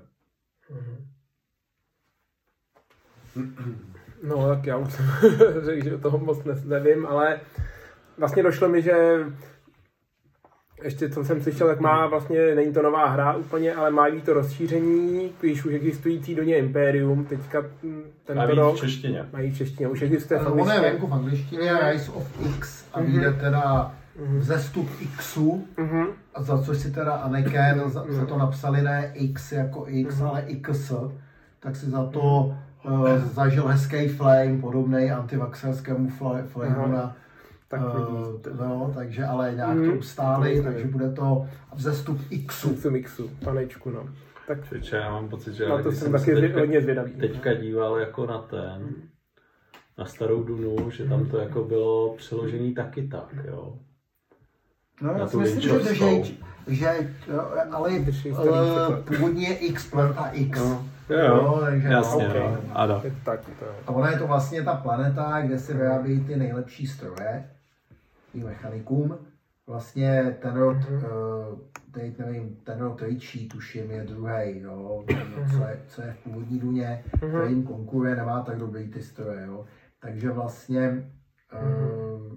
No tak já už jsem řekl, že o toho moc nevím, ale vlastně došlo mi, že ještě co jsem slyšel, tak má vlastně, není to nová hra úplně, ale má to rozšíření, když už existující do něj Imperium, teďka tento rok. v češtině. Mají v češtině, už existuje v angličtině. Ono je venku v angličtině, Rise of X a vyjde mm-hmm. teda vzestup Xu, mm-hmm. za což si teda Anakin, za, za to napsali ne X jako X, mm-hmm. ale X, tak si za to uh, zažil hezký flame, podobnej antivaxerskému flameu na tak uh, no, takže ale nějak mm, to ustáli, to takže bude to vzestup Xu. Vzestup Xu, panečku, no. Tak Čeče, já mám pocit, že no, to jsem taky teďka, hodně zvědavý. Teďka díval jako na ten, na starou Dunu, že tam to jako bylo přeložený taky tak, jo. No, já si myslím, že, že, že ale uh, původně je X planeta X. No. Jo, jo, takže jasně, okay. No. Ano. Tak, to... A ona je to vlastně ta planeta, kde se vyrábí ty nejlepší stroje, i mechanikům. vlastně ten rod, mm-hmm. teď nevím, ten rod Richie, tuším, je druhý, jo, co je, co je v původní Duně, mm-hmm. který jim konkuruje, nemá tak dobrý ty stroje, jo. Takže vlastně mm-hmm.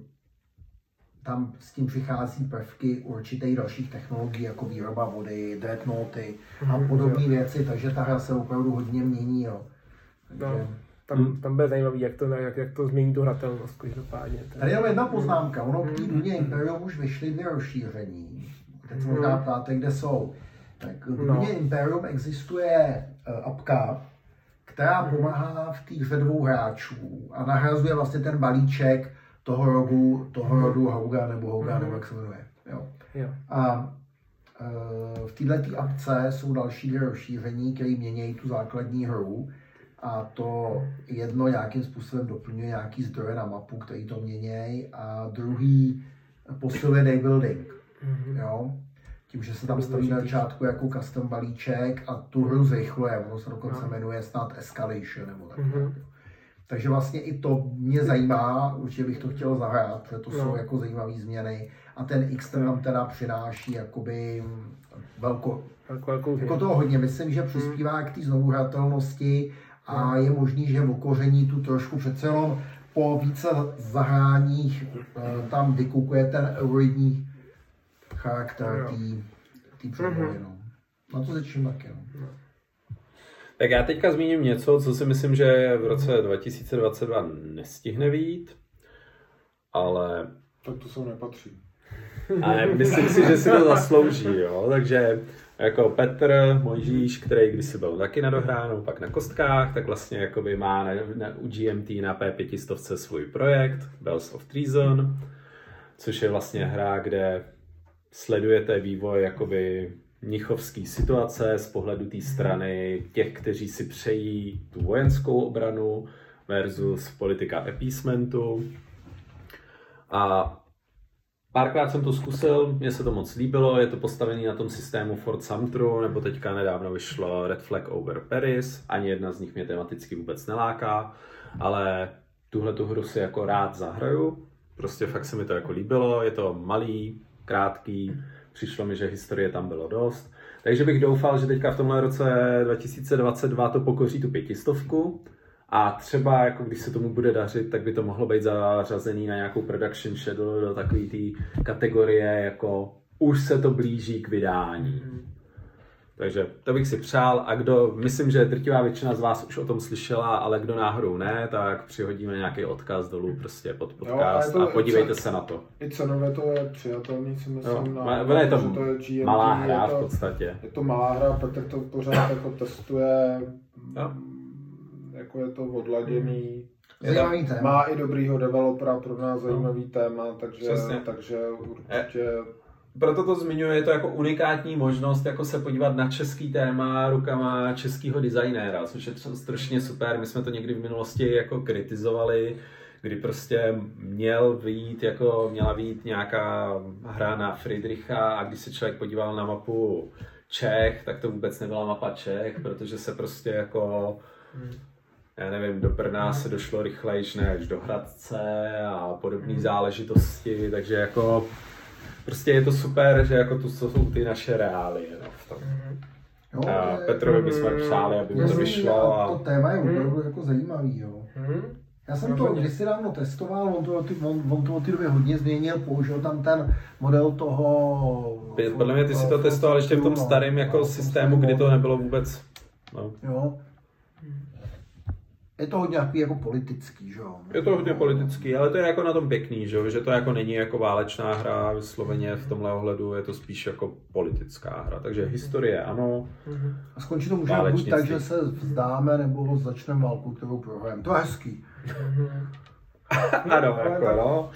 tam s tím přichází prvky určitých dalších technologií, jako výroba vody, dreadnoughty a podobné věci, takže ta hra se opravdu hodně mění, jo. Takže... No, tam, tam bude zajímavý, jak to, jak, jak to změní tu hratelnost, každopádně. Tady je jedna poznámka, ono v té Duně Imperium už vyšly dvě rozšíření. Teď se možná ptáte, kde jsou. Tak v Duně Imperium existuje uh, apka, která pomáhá v té hře dvou hráčů a nahrazuje vlastně ten balíček toho rodu, toho rodu Hauga nebo Hauga, nebo jak se jmenuje. Jo. Jo. A uh, v této apce jsou další dvě rozšíření, které mění tu základní hru. A to jedno nějakým způsobem doplňuje nějaký zdroje na mapu, který to měnějí, a druhý posiluje deckbuilding. Mm-hmm. Jo? Tím, že se tam staví na začátku jako custom balíček a tu hru zrychluje, ono se dokonce no. jmenuje snad Escalation nebo tak. Mm-hmm. Takže vlastně i to mě zajímá, určitě bych to chtěl zahrát, protože to no. jsou jako zajímavé změny a ten X ten nám teda přináší jakoby velko, velkou jako toho hodně, myslím, že přispívá k té znovuhratelnosti. A je možný, že v okoření tu trošku přece jenom po více zahráních tam vykukuje ten euroidní charakter té předlohy. No. Na to začím taky. No. Tak já teďka zmíním něco, co si myslím, že v roce dva tisíce dvacet dva nestihne vyjít, ale... Tak to se nepatří. Ale myslím si, že si to zaslouží, jo, takže... Jako Petr Mojžíš, který kdysi byl taky na dohránou, pak na kostkách, tak vlastně jakoby má na, na, u G M T na P pět set svůj projekt Bells of Treason, což je vlastně hra, kde sledujete vývoj jakoby mnichovský situace z pohledu té strany těch, kteří si přejí tu vojenskou obranu versus politika appeasementu. A párkrát jsem to zkusil, mně se to moc líbilo, je to postavené na tom systému Fort Sumteru, nebo teďka nedávno vyšlo Red Flag Over Paris, ani jedna z nich mě tematicky vůbec neláká, ale tuhle tu hru si jako rád zahraju, prostě fakt se mi to jako líbilo, je to malý, krátký, přišlo mi, že historie tam bylo dost, takže bych doufal, že teďka v tomhle roce dva tisíce dvacet dva to pokoří tu pětistovku. A třeba, jako když se tomu bude dařit, tak by to mohlo být zařazený na nějakou production schedule do takové té kategorie, jako už se to blíží k vydání. Mm. Takže to bych si přál a kdo, myslím, že drtivá většina z vás už o tom slyšela, ale kdo náhodou ne, tak přihodíme nějaký odkaz dolů prostě pod podcast jo, a, a podívejte cen, se na to. I cenově to je přijatelný, si myslím. Jo, na, na, je to, to je G M T, malá hra je to, v podstatě. Je to malá hra, Petr to pořád jako testuje. Jo. Jako je to odladěný, zajímavý téma. Má i dobrýho developera, pro nás zajímavý no. téma, takže, takže určitě... Je, proto to zmiňuji, je to jako unikátní možnost jako se podívat na český téma rukama českého designéra, což je strašně super. My jsme to někdy v minulosti jako kritizovali, kdy prostě měl vyjít, jako měla vyjít nějaká hra na Friedricha a když se člověk podíval na mapu Čech, tak to vůbec nebyla mapa Čech, protože se prostě jako... Hmm. Já nevím, do Brna se došlo rychlejš než do Hradce a podobné záležitosti, takže jako prostě je to super, že jako to jsou ty naše reálie. No, v tom. Jo, a Petrovi bychom přáli, aby mu to vyšlo. A... To téma je opravdu jako zajímavý, jo. Já jsem to kdysi dávno testoval, on to, on, on to od té doby hodně změnil, použil tam ten model toho... Podle mě ty si to testoval ještě v tom starém jako systému, kdy to nebylo vůbec... No. Jo. Je to hodně jako politický, že jo? Je to hodně politický, ale to je jako na tom pěkný, že, že to jako není jako válečná hra, vysloveně v tomhle ohledu je to spíš jako politická hra, takže historie ano. A skončí to možná buď tak, že se vzdáme, nebo začneme válku, kterou prohrajeme. To je hezký. Ano, jako no.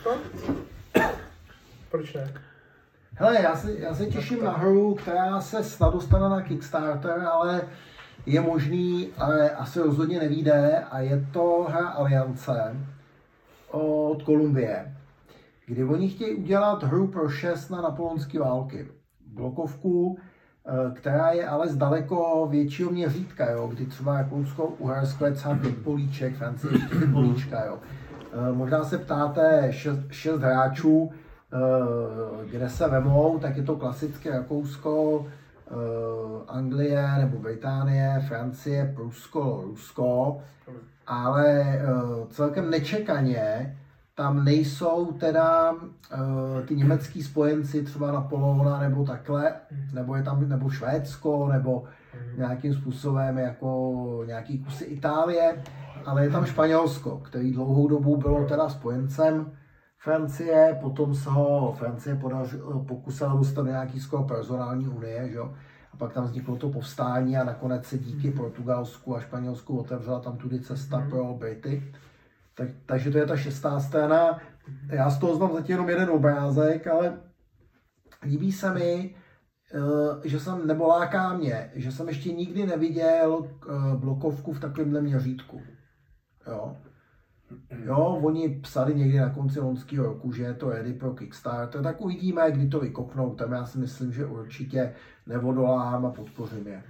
Proč ne? Hele, já se, já se těším na hru, která se snad dostane na Kickstarter, ale je možný, ale asi rozhodně nevyjde, a je to hra Aliance od Columbie, kdy oni chtějí udělat hru pro šest na napoleonské války. Blokovku, která je ale z daleko většího měřítka, jo, kdy třeba Rakousko-Uhersko je třeba pět políček, Francie čtyři políčka. Jo. Možná se ptáte, šest, šest hráčů, kde se vemou, tak je to klasické Rakousko, Anglie nebo Británie, Francie, Prusko, Rusko, ale celkem nečekaně tam nejsou teda ty německý spojenci, třeba Napoleona nebo takhle, nebo je tam nebo Švédsko, nebo nějakým způsobem jako nějaký kusy Itálie, ale je tam Španělsko, který dlouhou dobu bylo teda spojencem Francie, potom se ho Francie podařilo, pokusila dostat do nějaký skoro personální unie, že? A pak tam vzniklo to povstání a nakonec se díky Portugalsku a Španělsku otevřela tam tudy cesta pro Brity. Tak, takže to je ta šestá scéna. Já z toho znám zatím jenom jeden obrázek, ale líbí se mi, že jsem, nebo láká mě, že jsem ještě nikdy neviděl blokovku v takovémhle měřítku. Jo. Jo, oni psali někdy na konci loňského roku, že je to ready pro Kickstarter, tak uvidíme, kdy to vykopnou, tam já si myslím, že určitě neodolám a podpořím je.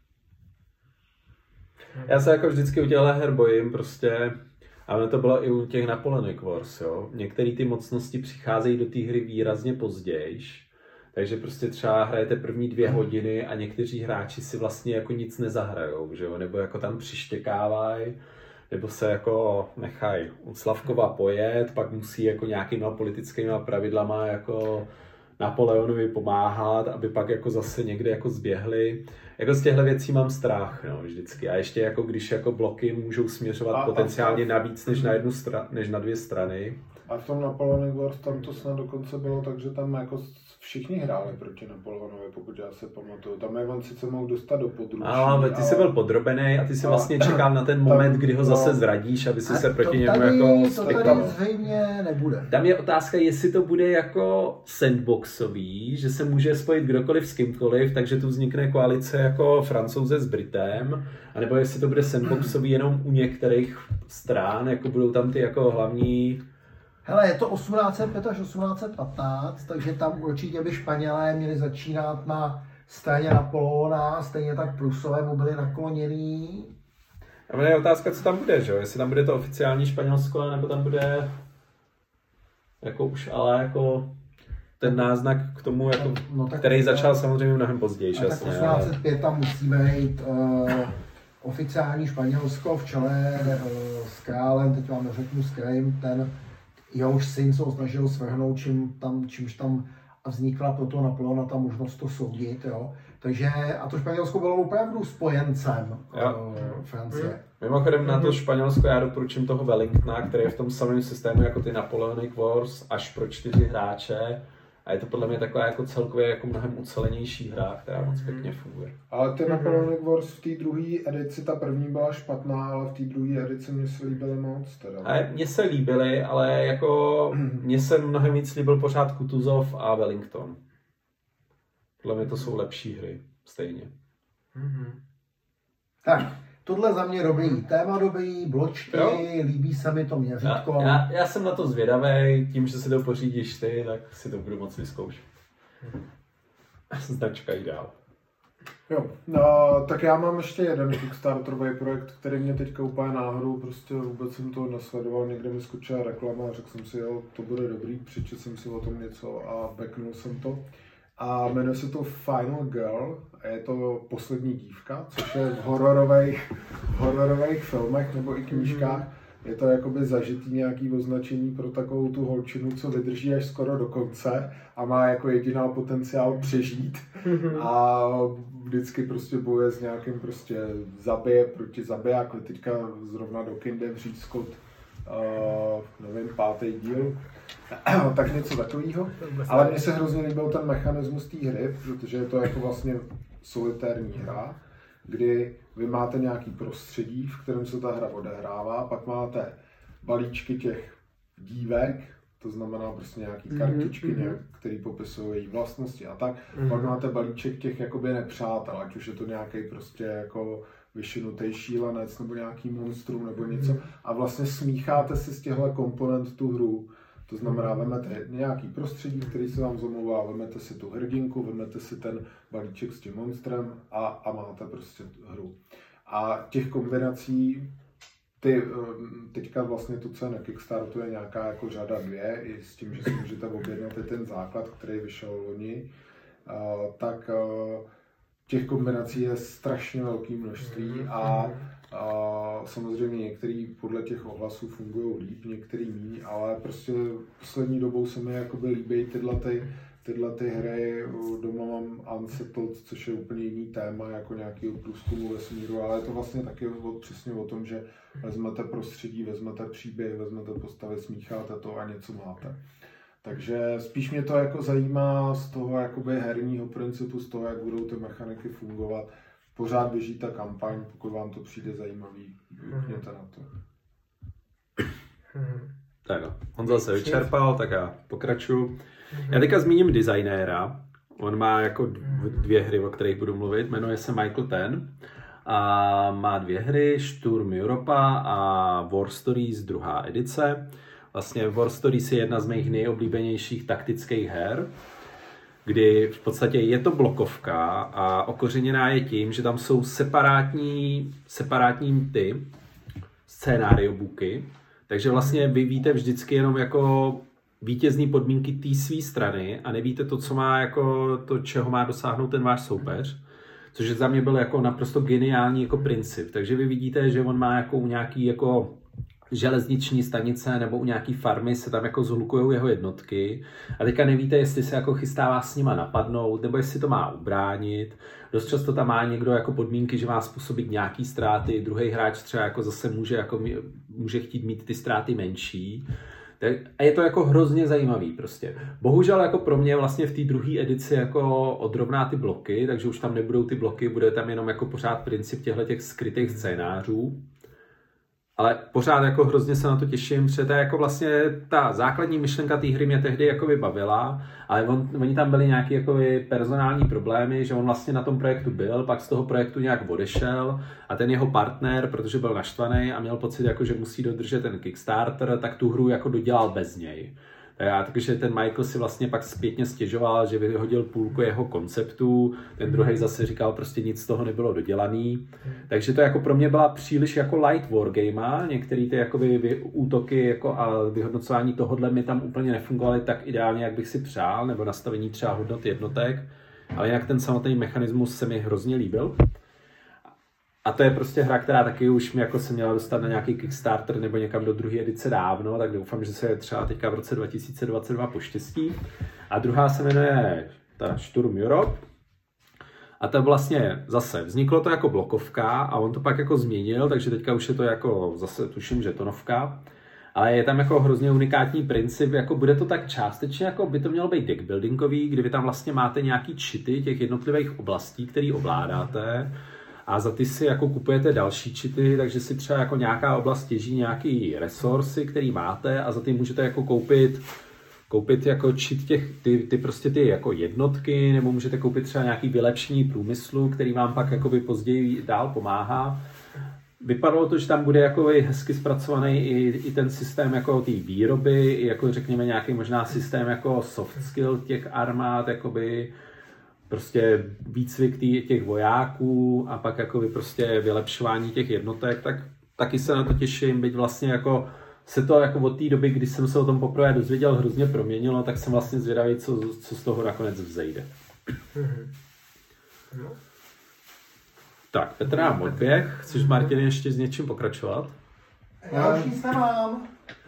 Já se jako vždycky u těchto her bojím prostě, ale to bylo i u těch Napoleonic Wars, jo. Některé ty mocnosti přicházejí do té hry výrazně pozdějiš, takže prostě třeba hrajete první dvě hodiny a někteří hráči si vlastně jako nic nezahrajou, že jo, nebo jako tam přištěkávají, nebo se jako nechají od Slavkova pojet, pak musí jako nějakýma politickýma pravidlama jako Napoleonovi pomáhat, aby pak jako zase někde jako zběhli. Jako z těchto věcí mám strach, no, vždycky. A ještě jako když jako bloky můžou směřovat a, potenciálně a, a, na víc než na jednu stra- než na dvě strany. A v tom Napoleonic Wars tam to snad dokonce bylo tak, že tam jako všichni hráli proti Napoleonovi, pokud já se pamatuju. Tam je on sice mohl dostat do područí. Ale ty ale... jsi byl podrobený a ty si vlastně čekal na ten moment, kdy ho zase zradíš, aby si se proti němu tady, jako to tady zřejmě nebude. Tam je otázka, jestli to bude jako sandboxový, že se může spojit kdokoliv s kýmkoliv, takže tu vznikne koalice jako Francouze s Britem, anebo jestli to bude sandboxový jenom u některých stran, jako budou tam ty jako hlavní. Hele, je to osmnáct set pět až osmnáct set patnáct, takže tam určitě by Španělé měli začínat na straně Napoleona, stejně tak Prusové mu byli naklonění. A je otázka, co tam bude, že jo? Jestli tam bude to oficiální Španělsko, nebo tam bude jako už, ale jako ten náznak k tomu, jako, no, no, který začal samozřejmě mnohem později. A tak osmnáct set pět ale... tam musíme jít uh, oficiální Španělsko v čele uh, s králem, teď vám neřeknu s kterým, ten jehož syn se ho snažil svrhnout, čím tam, čímž tam vznikla pro toho Napoleona ta možnost to soudit, jo. Takže, a to Španělsko bylo opravdu spojencem uh, Francie. Hmm. Mimochodem na to Španělsko já doporučím toho Wellingtona, který je v tom samém systému jako ty Napoleonic Wars, až pro čtyři hráče. A je to podle mě taková jako celkově jako mnohem ucelenější hra, která moc pěkně funguje. Ale ty Napoleonic Wars v té druhé edici, ta první byla špatná, ale v té druhé edici mě se líbily moc. Teda. A mně se líbily, ale jako mně se mnohem víc líbil pořád Kutuzov a Wellington. Podle mě to jsou lepší hry, stejně. Mm-hmm. Tak, tohle za mě dobrý téma, dobrý, bločky, jo? Líbí se mi to měřítko. Já, já, já jsem na to zvědavý, tím, že si to pořídíš ty, tak si to budu moc vyzkoušet. Značka jí dál. Jo, no, tak já mám ještě jeden Kickstarterový projekt, který mě teďka úplně náhodou, prostě vůbec jsem to nesledoval, někde mi skočila reklama a řekl jsem si, jo, to bude dobrý, přečetl jsem si o tom něco a backnul jsem to. A jmenuje se to Final Girl a je to poslední dívka, což je v hororových, v hororových filmech nebo i knížkách. Je to jakoby zažitý nějaký označení pro takovou tu holčinu, co vydrží až skoro do konce a má jako jediná potenciál přežít. A vždycky prostě bojuje s nějakým prostě zabije proti zabijákovi. Teďka zrovna do kin jde vřízkot, uh, nevím, pátý díl. Tak něco takového. Ale mně se hrozně líbil ten mechanismus té hry, protože je to jako vlastně solitérní hra, kdy vy máte nějaký prostředí, v kterém se ta hra odehrává, pak máte balíčky těch dívek, to znamená prostě nějaký kartičky, mm-hmm. které popisují její vlastnosti a tak. Mm-hmm. Pak máte balíček těch jakoby nepřátel, ať už je to nějaký prostě jako vyšinutý šílenec nebo nějaký monstrum nebo něco. A vlastně smícháte si z těchto komponent tu hru. To znamená, vemete nějaký prostředí, který se vám zamlouvá, vemete si tu hrdinku, vemete si ten balíček s tím monstrem a, a máte prostě hru. A těch kombinací ty, teďka vlastně to, co je na Kickstartu, je nějaká jako řada dvě, i s tím, že si můžete objednat i ten základ, který vyšel loni, tak těch kombinací je strašně velké množství a, a samozřejmě některý podle těch ohlasů fungují líp, některý míň, ale prostě poslední dobou se mi jakoby líbí tyhle ty, tyhle ty hry. Doma mám Unsettled, což je úplně jiný téma, jako nějaký průzkumu vesmíru, ale je to vlastně taky o, přesně o tom, že vezmete prostředí, vezmete příběh, vezmete postavy, smícháte to a něco máte. Takže spíš mě to jako zajímá z toho jakoby herního principu, z toho, jak budou ty mechaniky fungovat. Pořád běží ta kampaň, pokud vám to přijde zajímavý, vypněte na to. Tak jo, Honza se vyčerpal, tak já pokračuju. Já teďka zmíním designéra. On má jako dvě hry, o kterých budu mluvit. Jmenuje se Michael Ten. A má dvě hry, Sturm Europa a War Stories druhá edice. Vlastně War Stories je jedna z mých nejoblíbenějších taktických her, kdy v podstatě je to blokovka a okořeněná je tím, že tam jsou separátní, separátní ty scénáriobooky, takže vlastně vy víte vždycky jenom jako vítězný podmínky té své strany a nevíte to, co má jako to, čeho má dosáhnout ten váš soupeř, což za mě byl jako naprosto geniální jako princip. Takže vy vidíte, že on má jako nějaký jako železniční stanice nebo u nějaký farmy se tam jako zhlukujou jeho jednotky a teďka nevíte, jestli se jako chystá vás s nima napadnout nebo jestli to má ubránit. Dost často tam má někdo jako podmínky, že má způsobit nějaký ztráty, druhý hráč třeba jako zase může, jako, může chtít mít ty ztráty menší. A je to jako hrozně zajímavý prostě. Bohužel jako pro mě vlastně v té druhé edici jako odrovná ty bloky, takže už tam nebudou ty bloky, bude tam jenom jako pořád princip těchto těch skrytých scénářů. Ale pořád jako hrozně se na to těším, protože to je jako vlastně ta základní myšlenka té hry mě tehdy jako bavila, ale on, oni tam byli nějaké jako personální problémy, že on vlastně na tom projektu byl, pak z toho projektu nějak odešel a ten jeho partner, protože byl naštvaný a měl pocit, jako, že musí dodržet ten Kickstarter, tak tu hru jako dodělal bez něj. Takže ten Michael si vlastně pak zpětně stěžoval, že vyhodil půlku jeho konceptů, ten druhý zase říkal, prostě nic z toho nebylo dodělaný. Takže to jako pro mě byla příliš jako light wargame, některé ty jakoby útoky jako a vyhodnocování tohodle mi tam úplně nefungovaly tak ideálně, jak bych si přál, nebo nastavení třeba hodnot jednotek, ale jinak ten samotný mechanismus se mi hrozně líbil. A to je prostě hra, která taky už mi jako se měla dostat na nějaký Kickstarter nebo někam do druhé edice dávno, tak doufám, že se je třeba teďka v roce dva tisíce dvacet dva poštěstí. A druhá se jmenuje ta Sturm Europe. A to vlastně zase vzniklo to jako blokovka a on to pak jako změnil, takže teďka už je to jako zase tuším, že tonovka. Ale je tam jako hrozně unikátní princip, jako bude to tak částečně, jako by to mělo být deckbuildingový, kdy vy tam vlastně máte nějaký cheaty těch jednotlivých oblastí, které ovládáte. A za ty si jako kupujete další cheaty, takže si třeba jako nějaká oblast těží nějaký resursy, který máte a za ty můžete jako koupit, koupit jako cheat těch, ty, ty prostě ty jako jednotky, nebo můžete koupit třeba nějaký vylepšení průmyslu, který vám pak jakoby později dál pomáhá. Vypadalo to, že tam bude jako hezky zpracovaný i, i ten systém jako té výroby, i jako řekněme nějaký možná systém jako soft skill těch armád, jakoby prostě výcvik tý, těch vojáků a pak jako prostě vylepšování těch jednotek, tak taky se na to těším, byť vlastně jako se to jako od té doby, kdy jsem se o tom poprvé dozvěděl, hrozně proměnilo, tak jsem vlastně zvědavý, co, co z toho nakonec vzejde. Mm-hmm. No. Tak, Petr nám odběh. Chceš, Martin, ještě s něčím pokračovat? Já už nic nemám.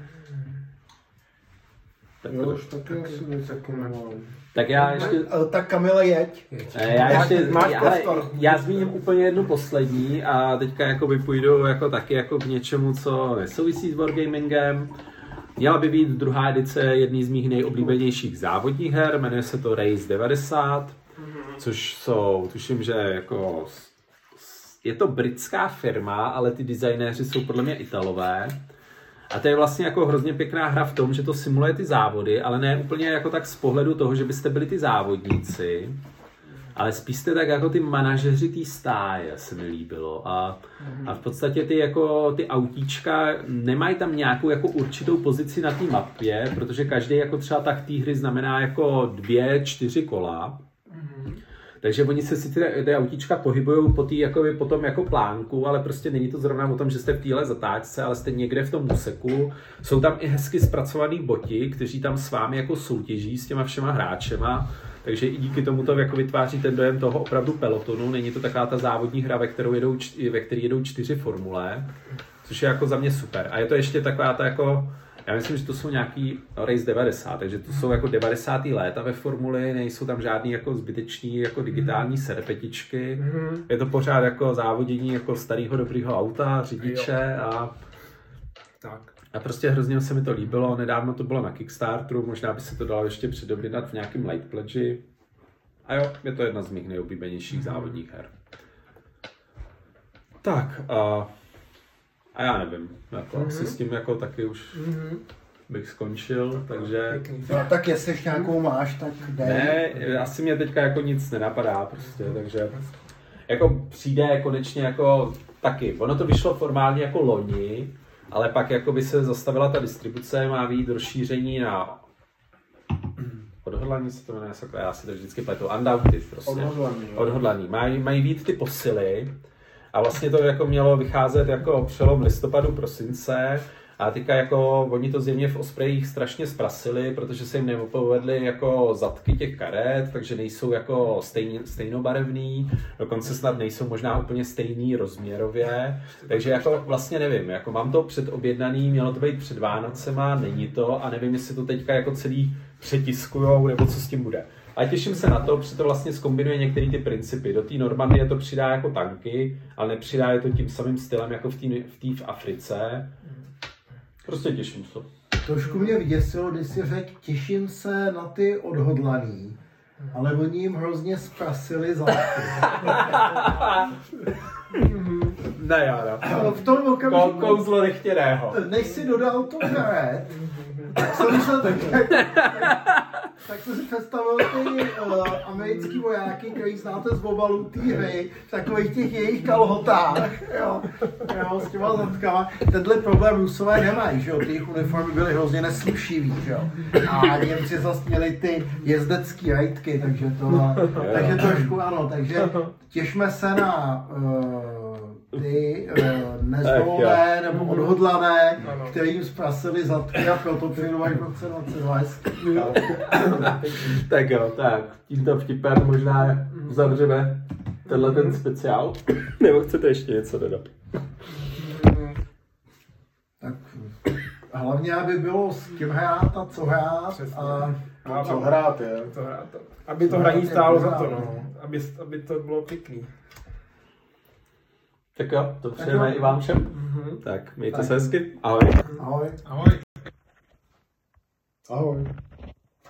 Petr. Jo, už taky asi nic taky nemám. Tak já ještě... Tak Kamile, jeď. Já ještě... Máš prostor. Já zmíním úplně jednu poslední a teďka jako půjdu jako taky jako k něčemu, co nesouvisí s wargamingem. Měla by být druhá edice jedný z mých nejoblíbenějších závodních her, jmenuje se to Race devadesát, což jsou, tuším, že jako... Je to britská firma, ale ty designéři jsou podle mě Italové. A to je vlastně jako hrozně pěkná hra v tom, že to simuluje ty závody, ale ne úplně jako tak z pohledu toho, že byste byli ty závodníci, ale spíš jste tak jako ty manažeři té stáje, se mi líbilo. A, a v podstatě ty, jako, ty autíčka nemají tam nějakou jako určitou pozici na té mapě, protože každý jako třeba tak té hry znamená jako dvě, čtyři kola. Takže oni se si ty, ty autíčka pohybují po, tý, jakoby, po tom jako plánku, ale prostě není to zrovna o tom, že jste v téhle zatáčce, ale jste někde v tom úseku. Jsou tam i hezky zpracovaný boti, kteří tam s vámi jako soutěží s těma všema hráčema. Takže i díky tomu to jako vytváří ten dojem toho opravdu pelotonu. Není to taková ta závodní hra, ve, kterou jedou, ve které jedou čtyři formule, což je jako za mě super. A je to ještě taková ta jako, já myslím, že to jsou nějaký Race devadesát, takže to jsou jako devadesátá léta ve formuli, nejsou tam žádný jako zbytečný jako digitální serpetičky. Mm-hmm. Je to pořád jako závodění jako starého dobrýho auta, řidiče a tak. A prostě hrozně se mi to líbilo, nedávno to bylo na Kickstarteru, možná by se to dalo ještě předobědat v nějakém light pledge. A jo, je to jedna z mých nejoblíbenějších mm-hmm. závodních her. Tak, a, a já nevím, jako mm-hmm. asi s tím jako taky už mm-hmm. bych skončil, takže... No, tak jestli ještě nějakou máš, tak dej. Ne, asi mě teďka jako nic nenapadá prostě, takže... Jako přijde konečně jako taky, ono to vyšlo formálně jako loni, ale pak jako by se zastavila ta distribuce, má být rozšíření na odhodlaní se to jmenuje, já si to vždycky pletu, undaunted prostě. Odhodlaný. Odhodlaný. Mají, mají být ty posily a vlastně to jako mělo vycházet jako přelom listopadu, prosince a teďka jako oni to zjevně v Ospreyích strašně zprasili, protože se jim nepovedly jako zadky těch karet, takže nejsou jako stejně, stejnobarevný, dokonce snad nejsou možná úplně stejný rozměrově, takže jako vlastně nevím, jako mám to předobjednaný, mělo to být před Vánocema, není to a nevím, jestli to teďka jako celý přetiskujou, nebo co s tím bude. A těším se na to, protože to vlastně zkombinuje některé ty principy. Do té Normandie to přidá jako tanky, ale nepřidá je to tím samým stylem jako v té v, v Africe. Prostě těším se. Trošku mě vyděsilo, když si řekl, těším se na ty odhodlaný, ale oni jim hrozně zprasili zadky. Ne, já no. V tom okamžiku, kouzlo nechtěného. Než si dodal to karet, tak jsem myslel tak, tak jsem si představil ty uh, americký vojáky, který znáte z obalů té hry, v takových těch jejich kalhotách, jo, jo, s těma zadkama. Tenhle problém Rusové nemají, že jo, ty jejich uniformy byly hrozně neslušivý, že jo. A Němci zase měli ty jezdecký rajtky, takže to, takže trošku ano, takže těšme se na uh, ty uh, nezvolné nebo odhodlané, který jim zprasili zadky a proto trénovali v roce dvacet dvacet. Tak jo, tak tímto vtipem možná uzavřeme tenhle ten speciál. Nebo chcete ještě něco dodat? Tak hlavně, aby bylo s kým hrát a co hrát a, a co hrát je. To hrát, aby to hraní stálo za to, no. Aby, aby to bylo pěkný. Tak jo, to přejeme i vám všem. Mm-hmm. Tak, mějte tak se hezky. Ahoj. Ahoj. Ahoj. Ahoj.